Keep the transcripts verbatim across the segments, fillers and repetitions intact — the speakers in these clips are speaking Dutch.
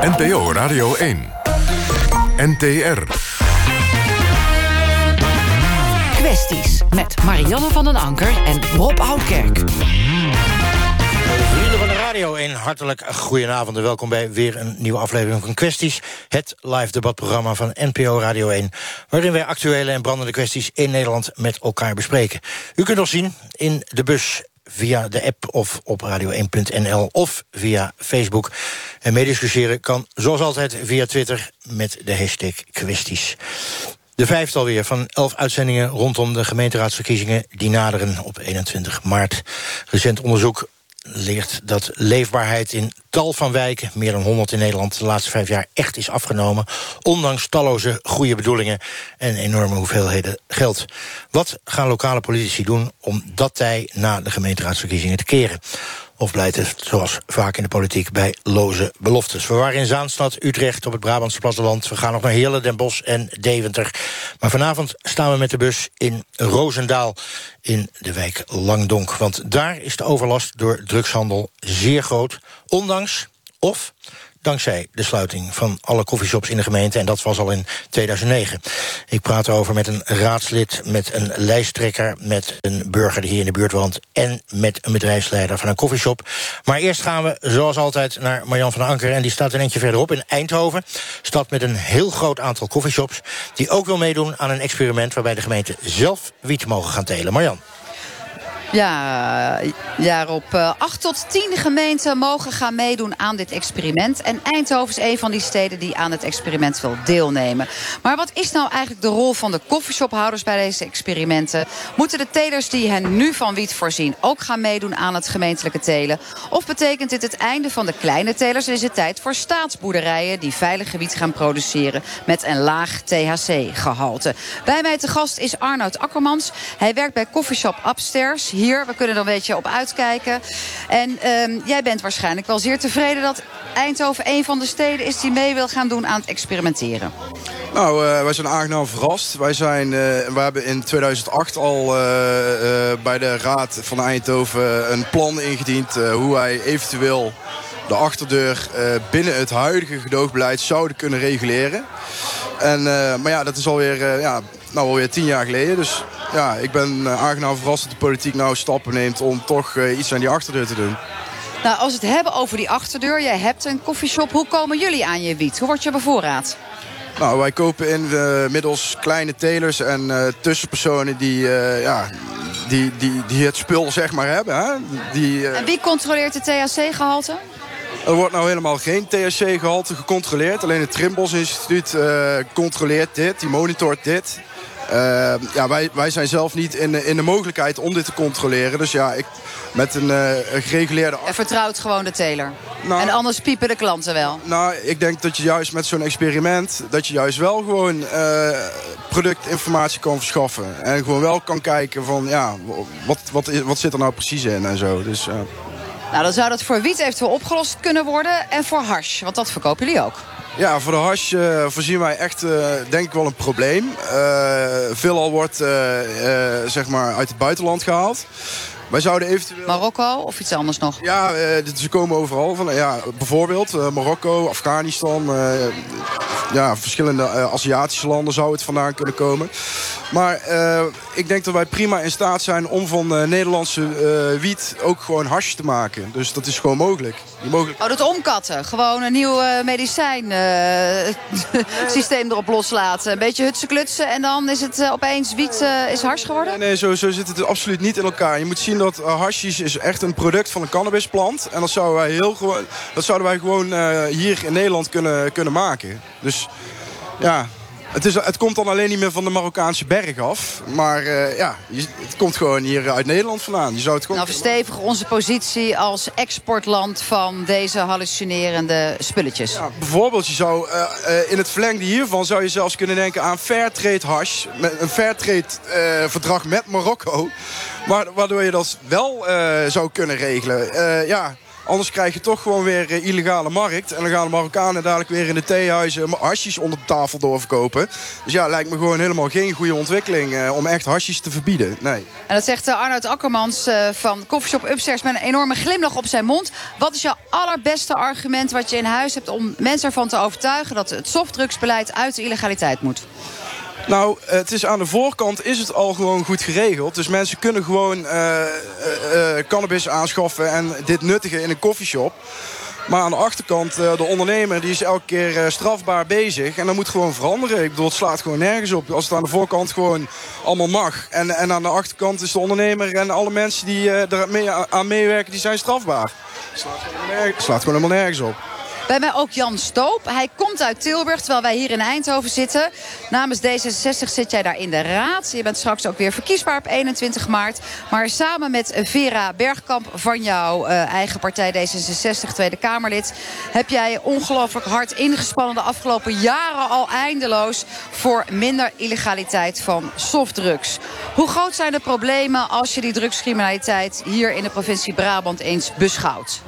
N P O Radio één. N T R. Kwesties met Marianne van den Anker en Rob Oudkerk. Vrienden van de Radio één, hartelijk goedenavond en welkom bij weer een nieuwe aflevering van Kwesties. Het live debatprogramma van N P O Radio één... waarin wij actuele en brandende kwesties in Nederland met elkaar bespreken. U kunt ons zien in de bus via de app of op radio één punt n l of via Facebook. En meediscussiëren kan zoals altijd via Twitter met de hashtag kwesties. De vijfde alweer van elf uitzendingen rondom de gemeenteraadsverkiezingen die naderen op eenentwintig maart. Recent onderzoek leert dat leefbaarheid in tal van wijken, meer dan honderd in Nederland, de laatste vijf jaar echt is afgenomen, ondanks talloze goede bedoelingen en enorme hoeveelheden geld. Wat gaan lokale politici doen om dat tij na de gemeenteraadsverkiezingen te keren? Of blijft het, zoals vaak in de politiek, bij loze beloftes? We waren in Zaanstad, Utrecht, op het Brabantse platteland. We gaan nog naar Heerlen, Den Bosch en Deventer. Maar vanavond staan we met de bus in Rozendaal, in de wijk Langdonk. Want daar is de overlast door drugshandel zeer groot, ondanks of dankzij de sluiting van alle koffieshops in de gemeente. En dat was al in tweeduizend negen. Ik praat erover met een raadslid, met een lijsttrekker, met een burger die hier in de buurt woont en met een bedrijfsleider van een koffieshop. Maar eerst gaan we, zoals altijd, naar Marianne van den Anker. En die staat een eentje verderop in Eindhoven. Stad met een heel groot aantal koffieshops, die ook wil meedoen aan een experiment waarbij de gemeente zelf wiet mogen gaan telen. Marianne. Ja, ja, op uh, acht tot tien gemeenten mogen gaan meedoen aan dit experiment. En Eindhoven is een van die steden die aan het experiment wil deelnemen. Maar wat is nou eigenlijk de rol van de koffieshophouders bij deze experimenten? Moeten de telers die hen nu van wiet voorzien ook gaan meedoen aan het gemeentelijke telen? Of betekent dit het einde van de kleine telers en is het tijd voor staatsboerderijen die veilige wiet gaan produceren met een laag T H C-gehalte? Bij mij te gast is Arnoud Akkermans. Hij werkt bij Coffeeshop Upstairs. Hier, we kunnen er een beetje op uitkijken. En um, jij bent waarschijnlijk wel zeer tevreden dat Eindhoven een van de steden is die mee wil gaan doen aan het experimenteren. Nou, uh, wij zijn aangenaam verrast. Wij zijn, uh, we hebben in tweeduizend acht al uh, uh, bij de Raad van Eindhoven een plan ingediend uh, hoe wij eventueel de achterdeur uh, binnen het huidige gedoogbeleid zouden kunnen reguleren. En, uh, maar ja, dat is alweer, uh, ja, nou, alweer tien jaar geleden. Dus ja, ik ben uh, aangenaam verrast dat de politiek nou stappen neemt om toch uh, iets aan die achterdeur te doen. Nou, als we het hebben over die achterdeur, jij hebt een koffieshop. Hoe komen jullie aan je wiet? Hoe word je bevoorraad? Nou, wij kopen in uh, middels kleine telers en uh, tussenpersonen die, uh, ja, die, die, die het spul zeg maar hebben. Hè? Die, uh... En wie controleert de T H C-gehalte? Er wordt nou helemaal geen T H C-gehalte gecontroleerd. Alleen het Trimbos Instituut uh, controleert dit, die monitort dit. Uh, ja, wij, wij zijn zelf niet in de, in de mogelijkheid om dit te controleren. Dus ja, ik, met een, uh, een gereguleerde... En vertrouwt gewoon de teler. Nou, en anders piepen de klanten wel. Nou, ik denk dat je juist met zo'n experiment... dat je juist wel gewoon uh, productinformatie kan verschaffen. En gewoon wel kan kijken van, ja, wat, wat, wat zit er nou precies in en zo. Dus, uh... Nou, dan zou dat voor wiet eventueel opgelost kunnen worden. En voor hash, want dat verkopen jullie ook. Ja, voor de hash uh, voorzien wij echt, uh, denk ik wel, een probleem. Uh, veelal wordt, uh, uh, zeg maar, uit het buitenland gehaald. Wij zouden eventueel... Marokko of iets anders nog? Ja, uh, ze komen overal. Van, ja, bijvoorbeeld uh, Marokko, Afghanistan. Uh, ja, verschillende uh, Aziatische landen zou het vandaan kunnen komen. Maar uh, ik denk dat wij prima in staat zijn om van uh, Nederlandse uh, wiet ook gewoon hash te maken. Dus dat is gewoon mogelijk. mogelijk... Oh, dat omkatten. Gewoon een nieuw uh, medicijn uh, systeem erop loslaten. Een beetje hutsen klutsen en dan is het uh, opeens wiet uh, is hash geworden? Nee, nee zo, zo zit het absoluut niet in elkaar. Je moet zien dat uh, hashish is echt een product van een cannabisplant. En dat zouden wij, heel gewoon, dat zouden wij gewoon uh, hier in Nederland kunnen, kunnen maken. Dus ja... Het, is, het komt dan alleen niet meer van de Marokkaanse berg af. Maar uh, ja, je, het komt gewoon hier uit Nederland vandaan. Je zou het gewoon... Nou, verstevigen onze positie als exportland van deze hallucinerende spulletjes. Ja, bijvoorbeeld, je zou, uh, uh, in het verlengde hiervan zou je zelfs kunnen denken aan Fairtrade hash. Met een Fairtrade uh, verdrag met Marokko. Waardoor je dat wel uh, zou kunnen regelen. Uh, ja... Anders krijg je toch gewoon weer uh, illegale markt. En dan gaan de Marokkanen dadelijk weer in de theehuizen hashish onder de tafel doorverkopen. Dus ja, lijkt me gewoon helemaal geen goede ontwikkeling uh, om echt hashish te verbieden. Nee. En dat zegt uh, Arnoud Akkermans uh, van Coffeeshop Upstairs met een enorme glimlach op zijn mond. Wat is jouw allerbeste argument wat je in huis hebt om mensen ervan te overtuigen dat het softdrugsbeleid uit de illegaliteit moet? Nou, het is aan de voorkant is het al gewoon goed geregeld. Dus mensen kunnen gewoon uh, uh, uh, cannabis aanschaffen en dit nuttigen in een koffieshop. Maar aan de achterkant, uh, de ondernemer die is elke keer uh, strafbaar bezig. En dat moet gewoon veranderen. Ik bedoel, het slaat gewoon nergens op. Als het aan de voorkant gewoon allemaal mag. En, en aan de achterkant is de ondernemer en alle mensen die uh, er mee, aan meewerken, die zijn strafbaar. Het slaat gewoon, nergens, slaat gewoon helemaal nergens op. Bij mij ook Jan Stoop. Hij komt uit Tilburg, terwijl wij hier in Eindhoven zitten. Namens D zesenzestig zit jij daar in de raad. Je bent straks ook weer verkiesbaar op eenentwintig maart. Maar samen met Vera Bergkamp van jouw uh, eigen partij D zesenzestig, Tweede Kamerlid, heb jij ongelooflijk hard ingespannen de afgelopen jaren al eindeloos voor minder illegaliteit van softdrugs. Hoe groot zijn de problemen als je die drugscriminaliteit hier in de provincie Brabant eens beschouwt?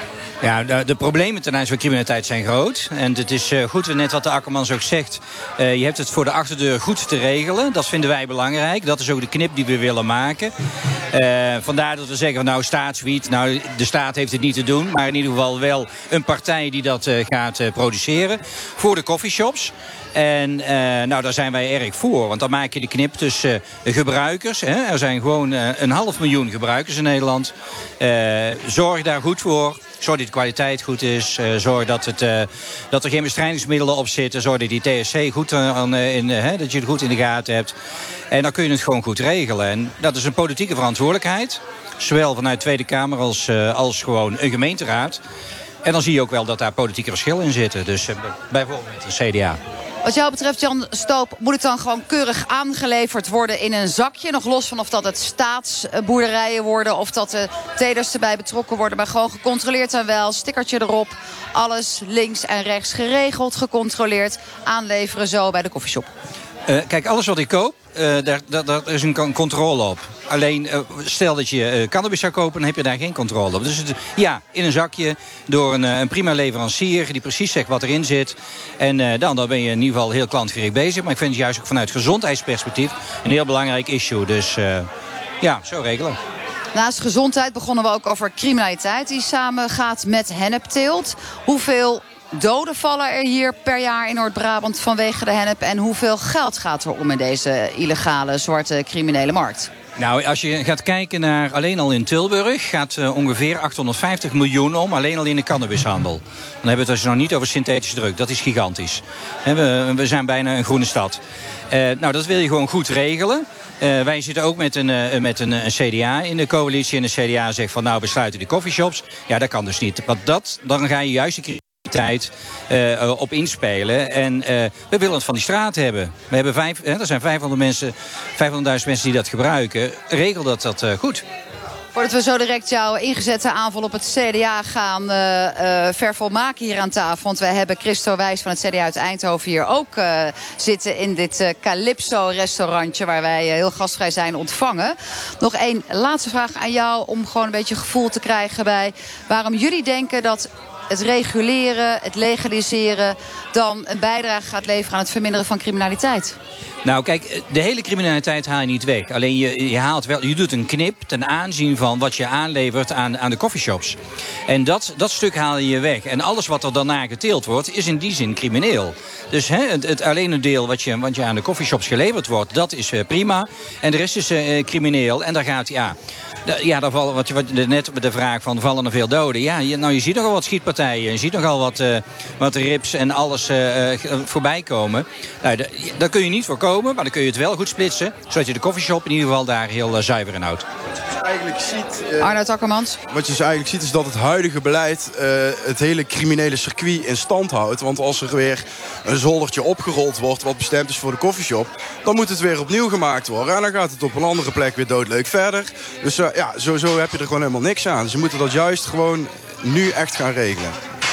Ja, de, de problemen ten aanzien van criminaliteit zijn groot. En het is uh, goed, net wat de Akkermans ook zegt. Uh, je hebt het voor de achterdeur goed te regelen. Dat vinden wij belangrijk. Dat is ook de knip die we willen maken. Uh, vandaar dat we zeggen, nou, staatswiet. Nou, de staat heeft het niet te doen. Maar in ieder geval wel een partij die dat uh, gaat uh, produceren. Voor de coffeeshops. En uh, nou, daar zijn wij erg voor. Want dan maak je de knip tussen uh, gebruikers. Hè. Er zijn gewoon uh, een half miljoen gebruikers in Nederland. Uh, zorg daar goed voor. Zorg dat de kwaliteit goed is. Uh, zorg dat, het, uh, dat er geen bestrijdingsmiddelen op zitten. Zorg dat die T H C goed uh, aan, uh, in, uh, dat je het goed in de gaten hebt. En dan kun je het gewoon goed regelen. En dat is een politieke verantwoordelijkheid. Zowel vanuit Tweede Kamer als, uh, als gewoon een gemeenteraad. En dan zie je ook wel dat daar politieke verschillen in zitten. Dus uh, bijvoorbeeld de C D A. Wat jou betreft, Jan Stoop, moet het dan gewoon keurig aangeleverd worden in een zakje? Nog los van of dat het staatsboerderijen worden of dat de telers erbij betrokken worden. Maar gewoon gecontroleerd en wel, stickertje erop. Alles links en rechts geregeld, gecontroleerd. Aanleveren zo bij de koffieshop. Uh, kijk, alles wat ik koop, uh, daar, daar, daar is een controle op. Alleen, uh, stel dat je uh, cannabis zou kopen, dan heb je daar geen controle op. Dus het, ja, in een zakje, door een, een prima leverancier die precies zegt wat erin zit. En uh, dan, dan ben je in ieder geval heel klantgericht bezig. Maar ik vind het juist ook vanuit gezondheidsperspectief een heel belangrijk issue. Dus uh, ja, zo regelen. Naast gezondheid begonnen we ook over criminaliteit die samengaat met hennepteelt. Hoeveel doden vallen er hier per jaar in Noord-Brabant vanwege de hennep? En hoeveel geld gaat er om in deze illegale zwarte criminele markt? Nou, als je gaat kijken naar alleen al in Tilburg gaat uh, ongeveer achthonderdvijftig miljoen om, alleen al in de cannabishandel. Dan hebben we het dus nog niet over synthetische druk. Dat is gigantisch. He, we, we zijn bijna een groene stad. Uh, nou, dat wil je gewoon goed regelen. Uh, wij zitten ook met een, uh, met een, een C D A in de coalitie. En de C D A zegt van, nou, we sluiten de coffeeshops. Ja, dat kan dus niet. Want dat, dan ga je juist de tijd uh, op inspelen. En uh, we willen het van die straat hebben. We hebben vijf, hè, er zijn vijfhonderd mensen, vijfhonderdduizend mensen die dat gebruiken. Regel dat dat uh, goed. Voordat we zo direct jouw ingezette aanval op het C D A gaan uh, uh, vervolmaken hier aan tafel. Want wij hebben Christo Wijs van het C D A uit Eindhoven hier ook uh, zitten in dit uh, Calypso-restaurantje waar wij uh, heel gastvrij zijn ontvangen. Nog één laatste vraag aan jou om gewoon een beetje gevoel te krijgen bij waarom jullie denken dat het reguleren, het legaliseren dan een bijdrage gaat leveren aan het verminderen van criminaliteit. Nou, kijk, de hele criminaliteit haal je niet weg. Alleen je, je haalt wel, je doet een knip ten aanzien van wat je aanlevert aan, aan de coffeeshops. En dat, dat stuk haal je weg. En alles wat er daarna geteeld wordt, is in die zin crimineel. Dus hè, het, het alleen een deel wat je, wat je aan de coffeeshops geleverd wordt, dat is uh, prima. En de rest is uh, crimineel. En daar gaat, ja... Ja, daar vallen, wat je, wat, net de vraag van, vallen er veel doden? Ja, je, nou, je ziet nogal wat schietpartijen. Je ziet nogal wat, uh, wat rips en alles uh, voorbij komen. Nou, de, daar kun je niet voorkomen, maar dan kun je het wel goed splitsen. Zodat je de coffeeshop in ieder geval daar heel uh, zuiver in houdt. Eigenlijk ziet, uh, Arnoud Akkermans. Wat je dus eigenlijk ziet is dat het huidige beleid uh, het hele criminele circuit in stand houdt. Want als er weer een zoldertje opgerold wordt wat bestemd is voor de coffeeshop, dan moet het weer opnieuw gemaakt worden. En dan gaat het op een andere plek weer doodleuk verder. Dus uh, ja, sowieso heb je er gewoon helemaal niks aan. Dus je moet dat juist gewoon nu echt gaan regelen.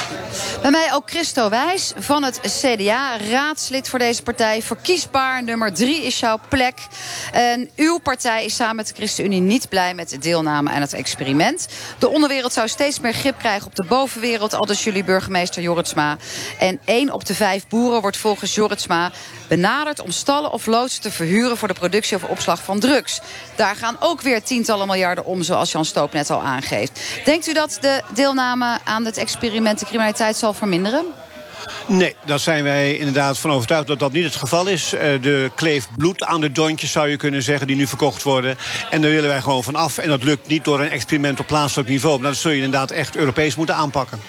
Bij mij ook Christo Wijs van het C D A, raadslid voor deze partij. Verkiesbaar nummer drie is jouw plek. En uw partij is samen met de ChristenUnie niet blij met de deelname aan het experiment. De onderwereld zou steeds meer grip krijgen op de bovenwereld, aldus jullie burgemeester Jorritsma. En één op de vijf boeren wordt volgens Jorritsma benaderd om stallen of loodsen te verhuren voor de productie of opslag van drugs. Daar gaan ook weer tientallen miljarden om, zoals Jan Stoop net al aangeeft. Denkt u dat de deelname aan het experiment de criminaliteit zal verminderen? Nee, daar zijn wij inderdaad van overtuigd dat dat niet het geval is. Er kleeft bloed aan de dondjes, zou je kunnen zeggen, die nu verkocht worden. En daar willen wij gewoon van af. En dat lukt niet door een experiment op plaatselijk niveau. Maar dat zul je inderdaad echt Europees moeten aanpakken.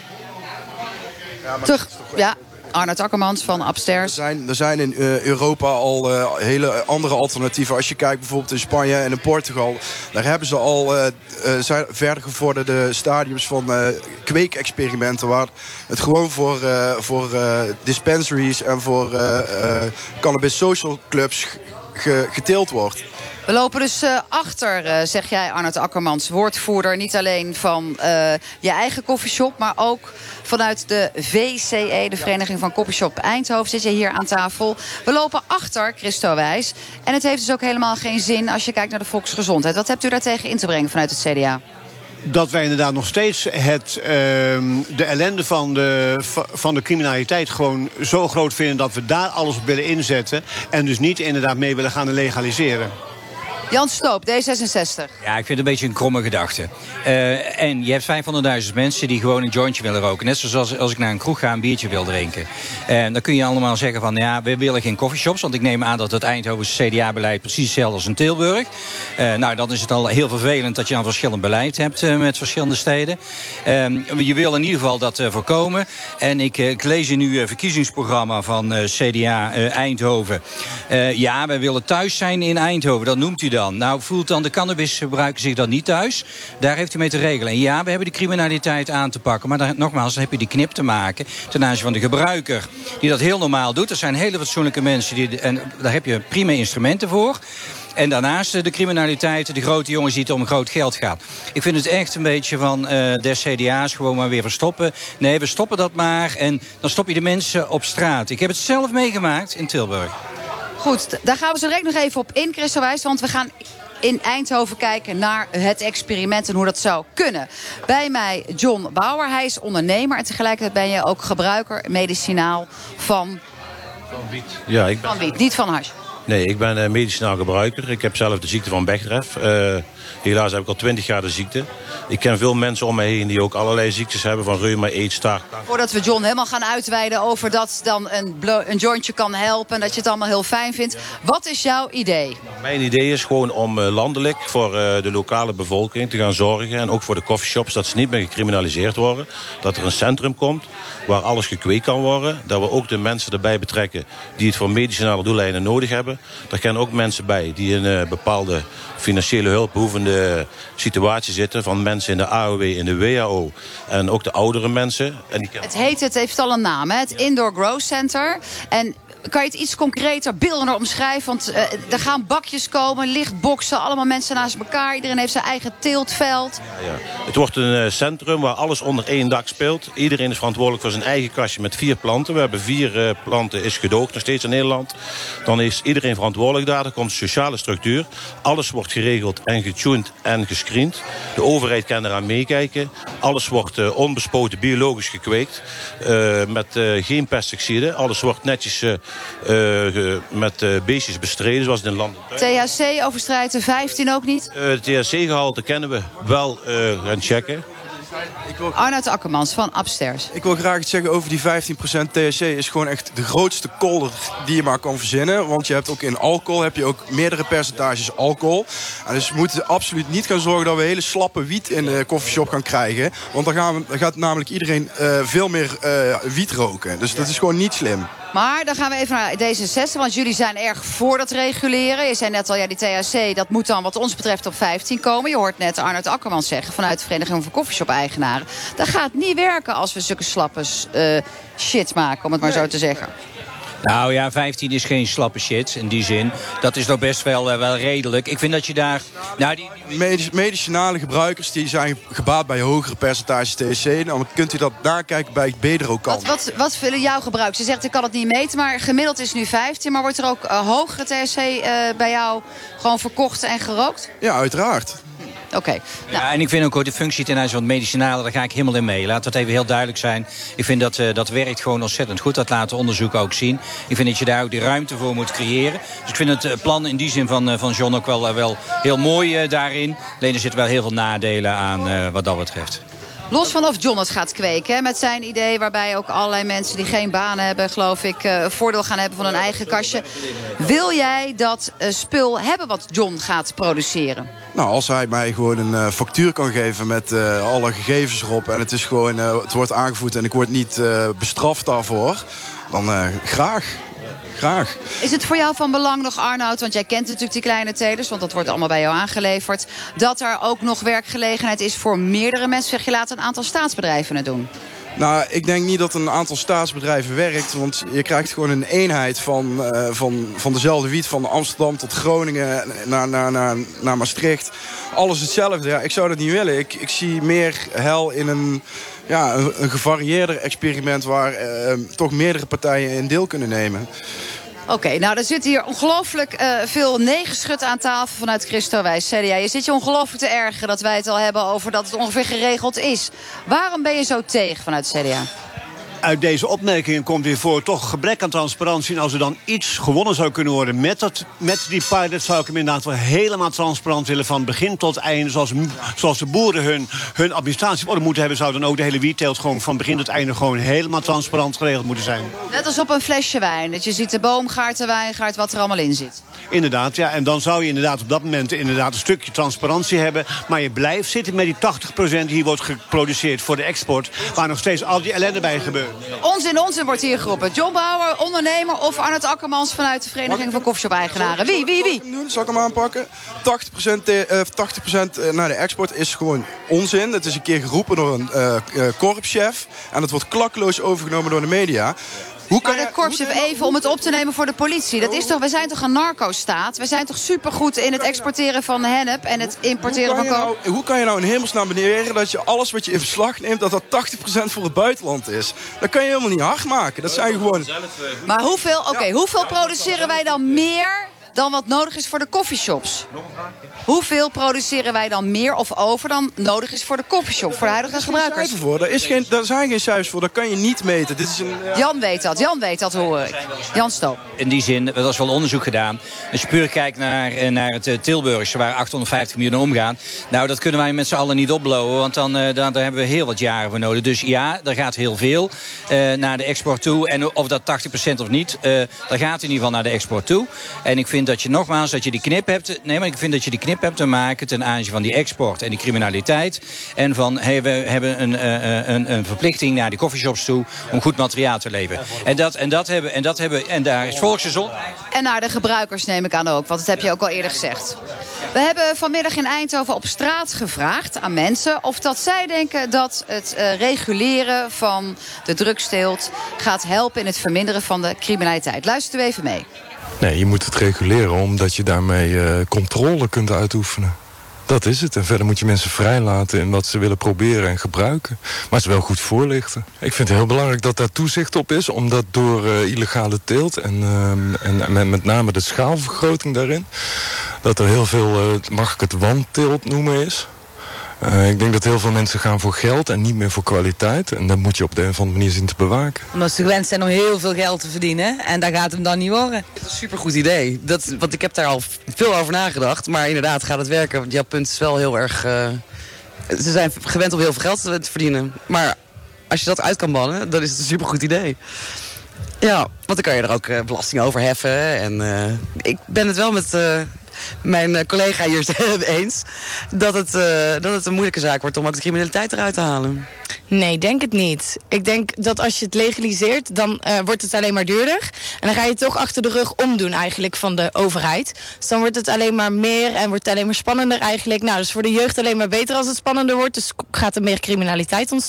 Ja, maar Terug, ja. Arnoud Akkermans van Upstairs. Er zijn, er zijn in uh, Europa al uh, hele andere alternatieven. Als je kijkt bijvoorbeeld in Spanje en in Portugal, daar hebben ze al uh, uh, zijn verder gevorderde stadiums van uh, kweekexperimenten, waar het gewoon voor, uh, voor uh, dispensaries en voor uh, uh, cannabis social clubs ge geteeld wordt. We lopen dus uh, achter, uh, zeg jij Arnoud Akkermans, woordvoerder niet alleen van uh, je eigen koffieshop, maar ook vanuit de V C E, de Vereniging van Coffeeshop Eindhoven, zit je hier aan tafel. We lopen achter, Christo Wijs. En het heeft dus ook helemaal geen zin als je kijkt naar de volksgezondheid. Wat hebt u daartegen in te brengen vanuit het C D A? Dat wij inderdaad nog steeds het, uh, de ellende van de, van de criminaliteit gewoon zo groot vinden dat we daar alles op willen inzetten. En dus niet inderdaad mee willen gaan legaliseren. Jan Stoop, D zesenzestig. Ja, ik vind het een beetje een kromme gedachte. Uh, en je hebt vijfhonderdduizend mensen die gewoon een jointje willen roken. Net zoals als ik naar een kroeg ga een biertje wil drinken. En dan kun je allemaal zeggen van, ja, we willen geen coffeeshops. Want ik neem aan dat het Eindhovense C D A-beleid precies hetzelfde als in Tilburg. Uh, nou, dan is het al heel vervelend dat je een verschillend beleid hebt uh, met verschillende steden. Uh, je wil in ieder geval dat uh, voorkomen. En ik, uh, ik lees in uw uh, verkiezingsprogramma van uh, C D A uh, Eindhoven. Uh, ja, wij willen thuis zijn in Eindhoven. Dat noemt u dan. Nou, voelt dan de cannabisgebruiker zich dan niet thuis? Daar heeft u mee te regelen. En ja, we hebben de criminaliteit aan te pakken. Maar dan, nogmaals, dan heb je die knip te maken ten aanzien van de gebruiker, die dat heel normaal doet. Er zijn hele fatsoenlijke mensen, die, en daar heb je prima instrumenten voor. En daarnaast de criminaliteit, de grote jongens die het om groot geld gaat. Ik vind het echt een beetje van uh, de C D A's gewoon maar weer verstoppen. Nee, we stoppen dat maar. En dan stop je de mensen op straat. Ik heb het zelf meegemaakt in Tilburg. Goed, daar gaan we zo direct nog even op in, Christo Wijs. Want we gaan in Eindhoven kijken naar het experiment en hoe dat zou kunnen. Bij mij John Bauer, hij is ondernemer en tegelijkertijd ben je ook gebruiker medicinaal van... Van wiet. Ja, ik ben... Van wiet, niet van hash. Nee, ik ben uh, medicinaal gebruiker. Ik heb zelf de ziekte van Bechdrev. Uh, helaas heb ik al twintig jaar de ziekte. Ik ken veel mensen om me heen die ook allerlei ziektes hebben, van reuma, aids, staart. Voordat we John helemaal gaan uitweiden over dat dan een, een jointje kan helpen en dat je het allemaal heel fijn vindt. Wat is jouw idee? Mijn idee is gewoon om uh, landelijk voor uh, de lokale bevolking te gaan zorgen, en ook voor de coffeeshops, dat ze niet meer gecriminaliseerd worden. Dat er een centrum komt waar alles gekweekt kan worden. Dat we ook de mensen erbij betrekken die het voor medicinale doeleinden nodig hebben. Daar kennen ook mensen bij die in een uh, bepaalde financiële hulpbehoevende situatie zitten, van mensen in de A O W, in de W A O en ook de oudere mensen. En die het heet, het heeft al een naam, hè? Het Indoor Growth Center. En kan je het iets concreter, beeldender omschrijven? Want uh, er gaan bakjes komen, lichtboxen, allemaal mensen naast elkaar. Iedereen heeft zijn eigen teeltveld. Ja, ja. Het wordt een uh, centrum waar alles onder één dak speelt. Iedereen is verantwoordelijk voor zijn eigen kastje met vier planten. We hebben vier uh, planten, is gedoogd nog steeds in Nederland. Dan is iedereen verantwoordelijk daar. Er komt een sociale structuur. Alles wordt geregeld en getuned en gescreend. De overheid kan eraan meekijken. Alles wordt uh, onbespoten biologisch gekweekt. Uh, met uh, geen pesticiden. Alles wordt netjes Uh, Uh, met uh, beestjes bestreden, zoals in land. T H C overstrijdt de vijftien ook niet? Uh, het T H C-gehalte kennen we wel uh, gaan checken. Wil... Arnoud Akkermans van Upstairs. Ik wil graag iets zeggen over die vijftien procent. T H C is gewoon echt de grootste kolder die je maar kan verzinnen. Want je hebt ook in alcohol heb je ook meerdere percentages alcohol. En dus we moeten absoluut niet gaan zorgen dat we hele slappe wiet in de koffieshop gaan krijgen. Want dan, gaan we, dan gaat namelijk iedereen uh, veel meer uh, wiet roken. Dus dat is gewoon niet slim. Maar dan gaan we even naar D zesenzestig, want jullie zijn erg voor dat reguleren. Je zei net al, ja, die T H C, dat moet dan wat ons betreft op vijftien komen. Je hoort net Arnoud Akkermans zeggen vanuit de Vereniging van Coffeeshop-eigenaren. Dat gaat niet werken als we zulke slappe uh, shit maken, om het maar nee. zo te zeggen. Nou ja, vijftien is geen slappe shit in die zin. Dat is nog best wel, uh, wel redelijk. Ik vind dat je daar... Nou, die... Medic- medicinale gebruikers die zijn gebaat bij hogere percentages T H C. Dan kunt u dat nakijken bij Bedrocan. Wat, wat, wat willen jouw gebruikers? Je zegt ik kan het niet meten, maar gemiddeld is nu vijftien. Maar wordt er ook uh, hogere T H C uh, bij jou gewoon verkocht en gerookt? Ja, uiteraard. Oké. Okay. Nou. Ja, en ik vind ook de functie ten aanzien van het medicinale, daar ga ik helemaal in mee. Laat dat even heel duidelijk zijn. Ik vind dat uh, dat werkt gewoon ontzettend goed. Dat laten onderzoeken ook zien. Ik vind dat je daar ook die ruimte voor moet creëren. Dus ik vind het uh, plan in die zin van, uh, van John ook wel, uh, wel heel mooi uh, daarin. Alleen er zitten wel heel veel nadelen aan uh, wat dat betreft. Los van of John het gaat kweken, hè, met zijn idee waarbij ook allerlei mensen die geen baan hebben, geloof ik, uh, voordeel gaan hebben van hun eigen kastje. Wil jij dat uh, spul hebben wat John gaat produceren? Nou, als hij mij gewoon een uh, factuur kan geven met uh, alle gegevens erop en het is gewoon, uh, het wordt aangevoerd en ik word niet uh, bestraft daarvoor, dan uh, graag. Graag. Is het voor jou van belang nog, Arnoud, want jij kent natuurlijk die kleine telers, want dat wordt allemaal bij jou aangeleverd, dat er ook nog werkgelegenheid is voor meerdere mensen? Zeg je, laat een aantal staatsbedrijven het doen? Nou, ik denk niet dat een aantal staatsbedrijven werkt. Want je krijgt gewoon een eenheid van, uh, van, van dezelfde wiet. Van Amsterdam tot Groningen naar, naar, naar, naar Maastricht. Alles hetzelfde. Ja, ik zou dat niet willen. Ik, ik zie meer hel in een, ja, een, een gevarieerder experiment waar uh, toch meerdere partijen in deel kunnen nemen. Oké, okay, nou er zit hier ongelooflijk uh, veel negenschut aan tafel vanuit Christo Wijs, C D A. Je zit je ongelooflijk te ergeren dat wij het al hebben over dat het ongeveer geregeld is. Waarom ben je zo tegen vanuit het C D A? Uit deze opmerkingen komt weer voor toch gebrek aan transparantie. En als er dan iets gewonnen zou kunnen worden met, dat, met die pilot, zou ik hem inderdaad wel helemaal transparant willen van begin tot einde. Zoals, zoals de boeren hun, hun administratie op orde moeten hebben, zou dan ook de hele wietteelt gewoon van begin tot einde gewoon helemaal transparant geregeld moeten zijn. Net als op een flesje wijn. Dat je ziet de boomgaard, de wijngaard, wat er allemaal in zit. Inderdaad, ja. En dan zou je inderdaad op dat moment inderdaad een stukje transparantie hebben. Maar je blijft zitten met die tachtig procent die hier wordt geproduceerd voor de export, waar nog steeds al die ellende bij gebeurt. Onzin, onzin wordt hier geroepen. John Bauer, ondernemer, of Arnoud Akkermans vanuit de Vereniging van Koffieshop-eigenaren. Wie, wie, wie? Zal ik hem aanpakken? tachtig procent, uh, tachtig procent naar de export is gewoon onzin. Het is een keer geroepen door een uh, uh, korpschef. En het wordt klakkeloos overgenomen door de media. Hoe kan maar de korpschef, even om het op te nemen voor de politie. Dat is toch, we zijn toch een narco-staat? We zijn toch supergoed in het exporteren van hennep en het importeren van kook? Nou, hoe kan je nou in hemelsnaam beneden dat je alles wat je in verslag neemt, dat dat tachtig procent voor het buitenland is? Dat kan je helemaal niet hard maken. Dat zijn gewoon... Maar hoeveel, oké, okay, hoeveel produceren wij dan meer dan wat nodig is voor de coffeeshops? Hoeveel produceren wij dan meer of over dan nodig is voor de coffeeshop, voor de huidige gebruikers? Voor. Daar, is geen, daar zijn geen cijfers voor, dat kan je niet meten. Dit is een, uh... Jan weet dat, Jan weet dat, hoor ik. Jan Stoop. In die zin, er is wel onderzoek gedaan. Als je puur kijkt naar, naar het Tilburgse, waar achthonderdvijftig miljoen omgaan. Nou, dat kunnen wij met z'n allen niet opblowen, want dan, uh, dan daar hebben we heel wat jaren voor nodig. Dus ja, er gaat heel veel uh, naar de export toe. En of dat tachtig procent of niet, uh, dat gaat in ieder geval naar de export toe. En ik vind dat je nogmaals, dat je die knip hebt. Nee, maar ik vind dat je die knip hebt te maken ten aanzien van die export en die criminaliteit. En van, hey, we hebben een, uh, een, een verplichting naar die coffeeshops toe om goed materiaal te leveren. En dat, en dat hebben, en dat hebben, en daar is volksgezondheid. En naar de gebruikers neem ik aan ook, want dat heb je ook al eerder gezegd. We hebben vanmiddag in Eindhoven op straat gevraagd aan mensen of dat zij denken dat het uh, reguleren van de drugsteelt gaat helpen in het verminderen van de criminaliteit. Luisteren we even mee. Nee, je moet het reguleren omdat je daarmee uh, controle kunt uitoefenen. Dat is het. En verder moet je mensen vrijlaten in wat ze willen proberen en gebruiken. Maar ze wel goed voorlichten. Ik vind het heel belangrijk dat daar toezicht op is. Omdat door uh, illegale teelt en, uh, en, en met name de schaalvergroting daarin, dat er heel veel, uh, mag ik het wanteelt noemen, is. Uh, ik denk dat heel veel mensen gaan voor geld en niet meer voor kwaliteit. En dat moet je op de een of andere manier zien te bewaken. Omdat ze gewend zijn om heel veel geld te verdienen. En daar gaat hem dan niet worden. Het is een supergoed idee. Dat, want ik heb daar al veel over nagedacht. Maar inderdaad gaat het werken. Want jouw punt is wel heel erg... Uh, ze zijn gewend om heel veel geld te verdienen. Maar als je dat uit kan bannen, dan is het een supergoed idee. Ja, want dan kan je er ook uh, belasting over heffen. En uh, ik ben het wel met... Uh, mijn collega hier eens dat het, uh, dat het een moeilijke zaak wordt om ook de criminaliteit eruit te halen. Nee, denk het niet. Ik denk dat als je het legaliseert, dan uh, wordt het alleen maar duurder. En dan ga je het toch achter de rug omdoen eigenlijk van de overheid. Dus dan wordt het alleen maar meer en wordt het alleen maar spannender eigenlijk. Nou, dus voor de jeugd alleen maar beter als het spannender wordt. Dus gaat er meer criminaliteit ontstaan.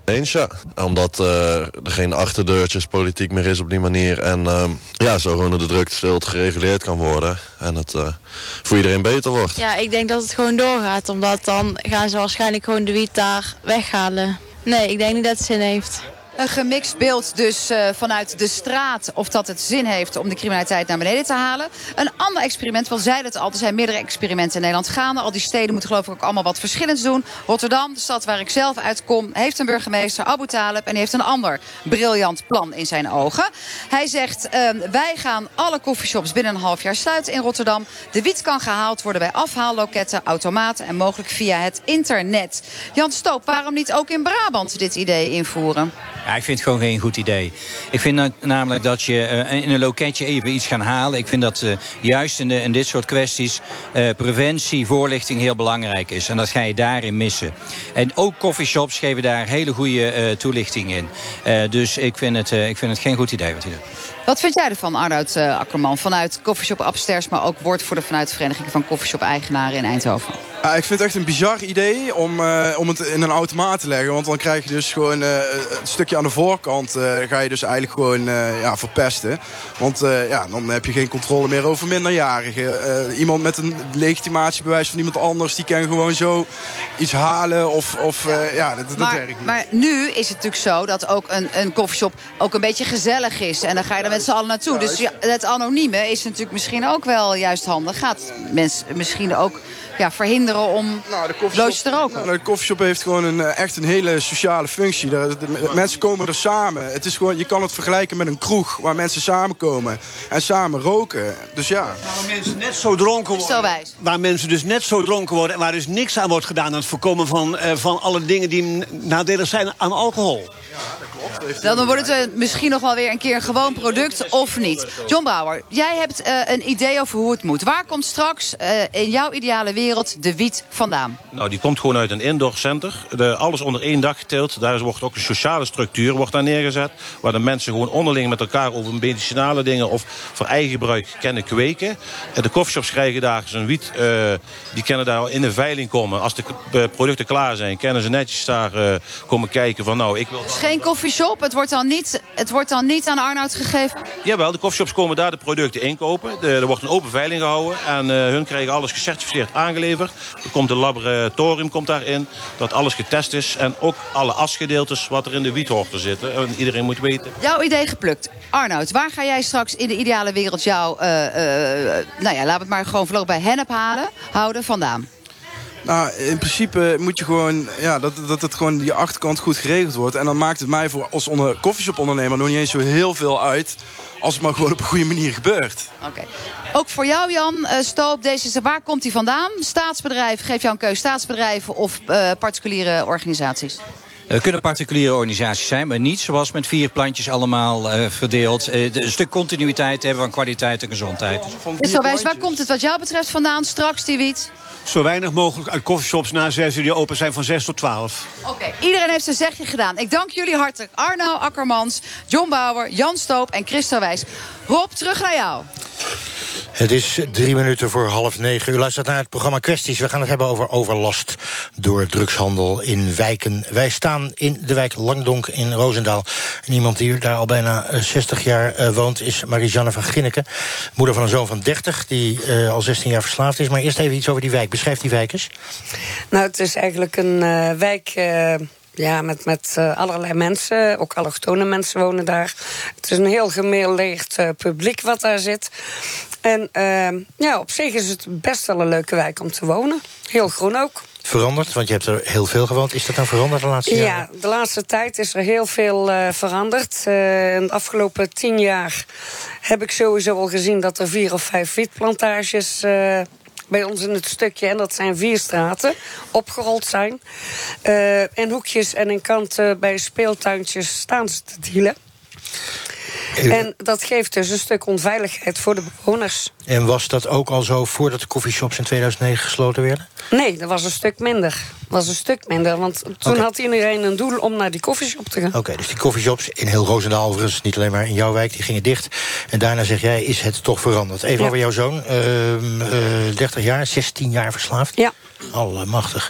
Eens, ja. Omdat uh, er geen achterdeurtjes politiek meer is op die manier. En uh, ja, zo gewoon de druktestilte gereguleerd kan worden. En het uh, voor iedereen beter wordt. Ja, ik denk dat het gewoon doorgaat. Omdat dan gaan ze waarschijnlijk gewoon de wiet daar weghalen. Nee, ik denk niet dat het zin heeft. Een gemixt beeld dus uh, vanuit de straat of dat het zin heeft om de criminaliteit naar beneden te halen. Een ander experiment, want zeiden het al, er zijn meerdere experimenten in Nederland gaande. Al die steden moeten geloof ik ook allemaal wat verschillends doen. Rotterdam, de stad waar ik zelf uitkom, heeft een burgemeester, Abu Talib, en die heeft een ander briljant plan in zijn ogen. Hij zegt, uh, wij gaan alle coffeeshops binnen een half jaar sluiten in Rotterdam. De wiet kan gehaald worden bij afhaalloketten, automaten en mogelijk via het internet. Jan Stoop, waarom niet ook in Brabant dit idee invoeren? Ja, ik vind het gewoon geen goed idee. Ik vind na- namelijk dat je uh, in een loketje even iets gaan halen. Ik vind dat uh, juist in, de, in dit soort kwesties uh, preventie, voorlichting heel belangrijk is. En dat ga je daarin missen. En ook coffeeshops geven daar hele goede uh, toelichting in. Uh, dus ik vind, het, uh, ik vind het geen goed idee wat hij doet. Wat vind jij ervan, Arnoud uh, Akkerman? Vanuit Coffeeshop Upstairs, maar ook woordvoerder vanuit de Vereniging van Coffeeshop-eigenaren in Eindhoven. Ja, ik vind het echt een bizar idee om, uh, om het in een automaat te leggen. Want dan krijg je dus gewoon uh, een stukje aan de voorkant. Uh, ga je dus eigenlijk gewoon uh, ja, verpesten. Want uh, ja, dan heb je geen controle meer over minderjarigen. Uh, iemand met een legitimatiebewijs van iemand anders, die kan gewoon zo iets halen. Of, of uh, ja, dat, dat maar, werkt niet. Maar nu is het natuurlijk zo dat ook een, een coffeeshop ook een beetje gezellig is. En dan ga je er met z'n allen naartoe. Dus ja, het anonieme is natuurlijk misschien ook wel juist handig. Gaat mensen misschien ook ja, verhinderen om nou, loodjes te roken? Nou, de coffeeshop heeft gewoon een, echt een hele sociale functie. De, de, de, mensen komen er samen. Het is gewoon, je kan het vergelijken met een kroeg waar mensen samenkomen en samen roken. Dus ja. Waar mensen net zo dronken worden. Zo wijs. Waar mensen dus net zo dronken worden en waar dus niks aan wordt gedaan aan het voorkomen van, uh, van alle dingen die nadelig zijn aan alcohol. Ja, dat klopt. Dan wordt het uh, misschien nog wel weer een keer een gewoon product of niet. John Bauer, jij hebt uh, een idee over hoe het moet. Waar komt straks uh, in jouw ideale wereld de wiet vandaan? Nou, die komt gewoon uit een indoor center. De, alles onder één dak geteeld. Daar wordt ook een sociale structuur wordt daar neergezet. Waar de mensen gewoon onderling met elkaar over medicinale dingen of voor eigen gebruik kunnen kweken. En de coffeeshops krijgen daar zijn wiet. Uh, die kunnen daar in de veiling komen. Als de uh, producten klaar zijn, kunnen ze netjes daar uh, komen kijken van nou, ik wil... Dus geen coffeeshop, het wordt dan niet, het wordt dan niet aan Arnoud gegeven? Jawel, de coffeeshops komen daar de producten inkopen. De, er wordt een open veiling gehouden. En uh, hun krijgen alles gecertificeerd aangeleverd. Er komt een laboratorium komt daarin. Dat alles getest is. En ook alle asgedeeltes wat er in de wiet hoort te zitten. En iedereen moet weten. Jouw idee geplukt. Arnoud, waar ga jij straks in de ideale wereld jouw... Uh, uh, nou ja, laat het maar gewoon voorlopig bij hennep halen, houden vandaan? Nou, in principe moet je gewoon, ja, dat, dat het gewoon die achterkant goed geregeld wordt. En dan maakt het mij voor als onder, coffeeshop-ondernemer nog niet eens zo heel veel uit, als het maar gewoon op een goede manier gebeurt. Oké. Okay. Ook voor jou, Jan uh, Stoop, deze, waar komt hij vandaan? Staatsbedrijf, geef jou een keus, staatsbedrijven of uh, particuliere organisaties? Er kunnen particuliere organisaties zijn, maar niet zoals met vier plantjes allemaal uh, verdeeld. Uh, een stuk continuïteit hebben van kwaliteit en gezondheid. Zo wijs, waar komt het wat jou betreft vandaan straks, die wiet? Zo weinig mogelijk uit coffeeshops na zes uur die open zijn van zes tot twaalf. Oké, okay. Iedereen heeft zijn zegje gedaan. Ik dank jullie hartelijk. Arno Akkermans, John Bauer, Jan Stoop en Christa Wijs. Rob, terug naar jou. Het is drie minuten voor half negen. U luistert naar het programma Kwesties. We gaan het hebben over overlast door drugshandel in wijken. Wij staan in de wijk Langdonk in Roosendaal. En iemand die daar al bijna zestig jaar uh, woont is Marie-Jeanne van Ginneken. Moeder van een zoon van dertig die uh, al zestien jaar verslaafd is. Maar eerst even iets over die wijk. Beschrijf die wijk eens. Nou, het is eigenlijk een uh, wijk... Uh... Ja, met, met uh, allerlei mensen, ook allochtone mensen wonen daar. Het is een heel gemêleerd uh, publiek wat daar zit. En uh, ja, op zich is het best wel een leuke wijk om te wonen. Heel groen ook. Veranderd, want je hebt er heel veel gewoond. Is dat dan veranderd de laatste jaren? Ja, de laatste tijd is er heel veel uh, veranderd. Uh, in de afgelopen tien jaar heb ik sowieso al gezien dat er vier of vijf wietplantages... Uh, bij ons in het stukje, en dat zijn vier straten, opgerold zijn. Uh, in hoekjes en in kanten bij speeltuintjes staan ze te dealen. En dat geeft dus een stuk onveiligheid voor de bewoners. En was dat ook al zo voordat de coffeeshops in tweeduizend negen gesloten werden? Nee, dat was een stuk minder. Dat was een stuk minder, want toen okay. had iedereen een doel om naar die coffeeshop te gaan. Oké, okay, dus die coffeeshops in heel Roosendaal, overigens niet alleen maar in jouw wijk, die gingen dicht. En daarna zeg jij, is het toch veranderd? Even ja. over jouw zoon, uh, uh, dertig jaar, zestien jaar verslaafd. Ja. Allemachtig. Ja.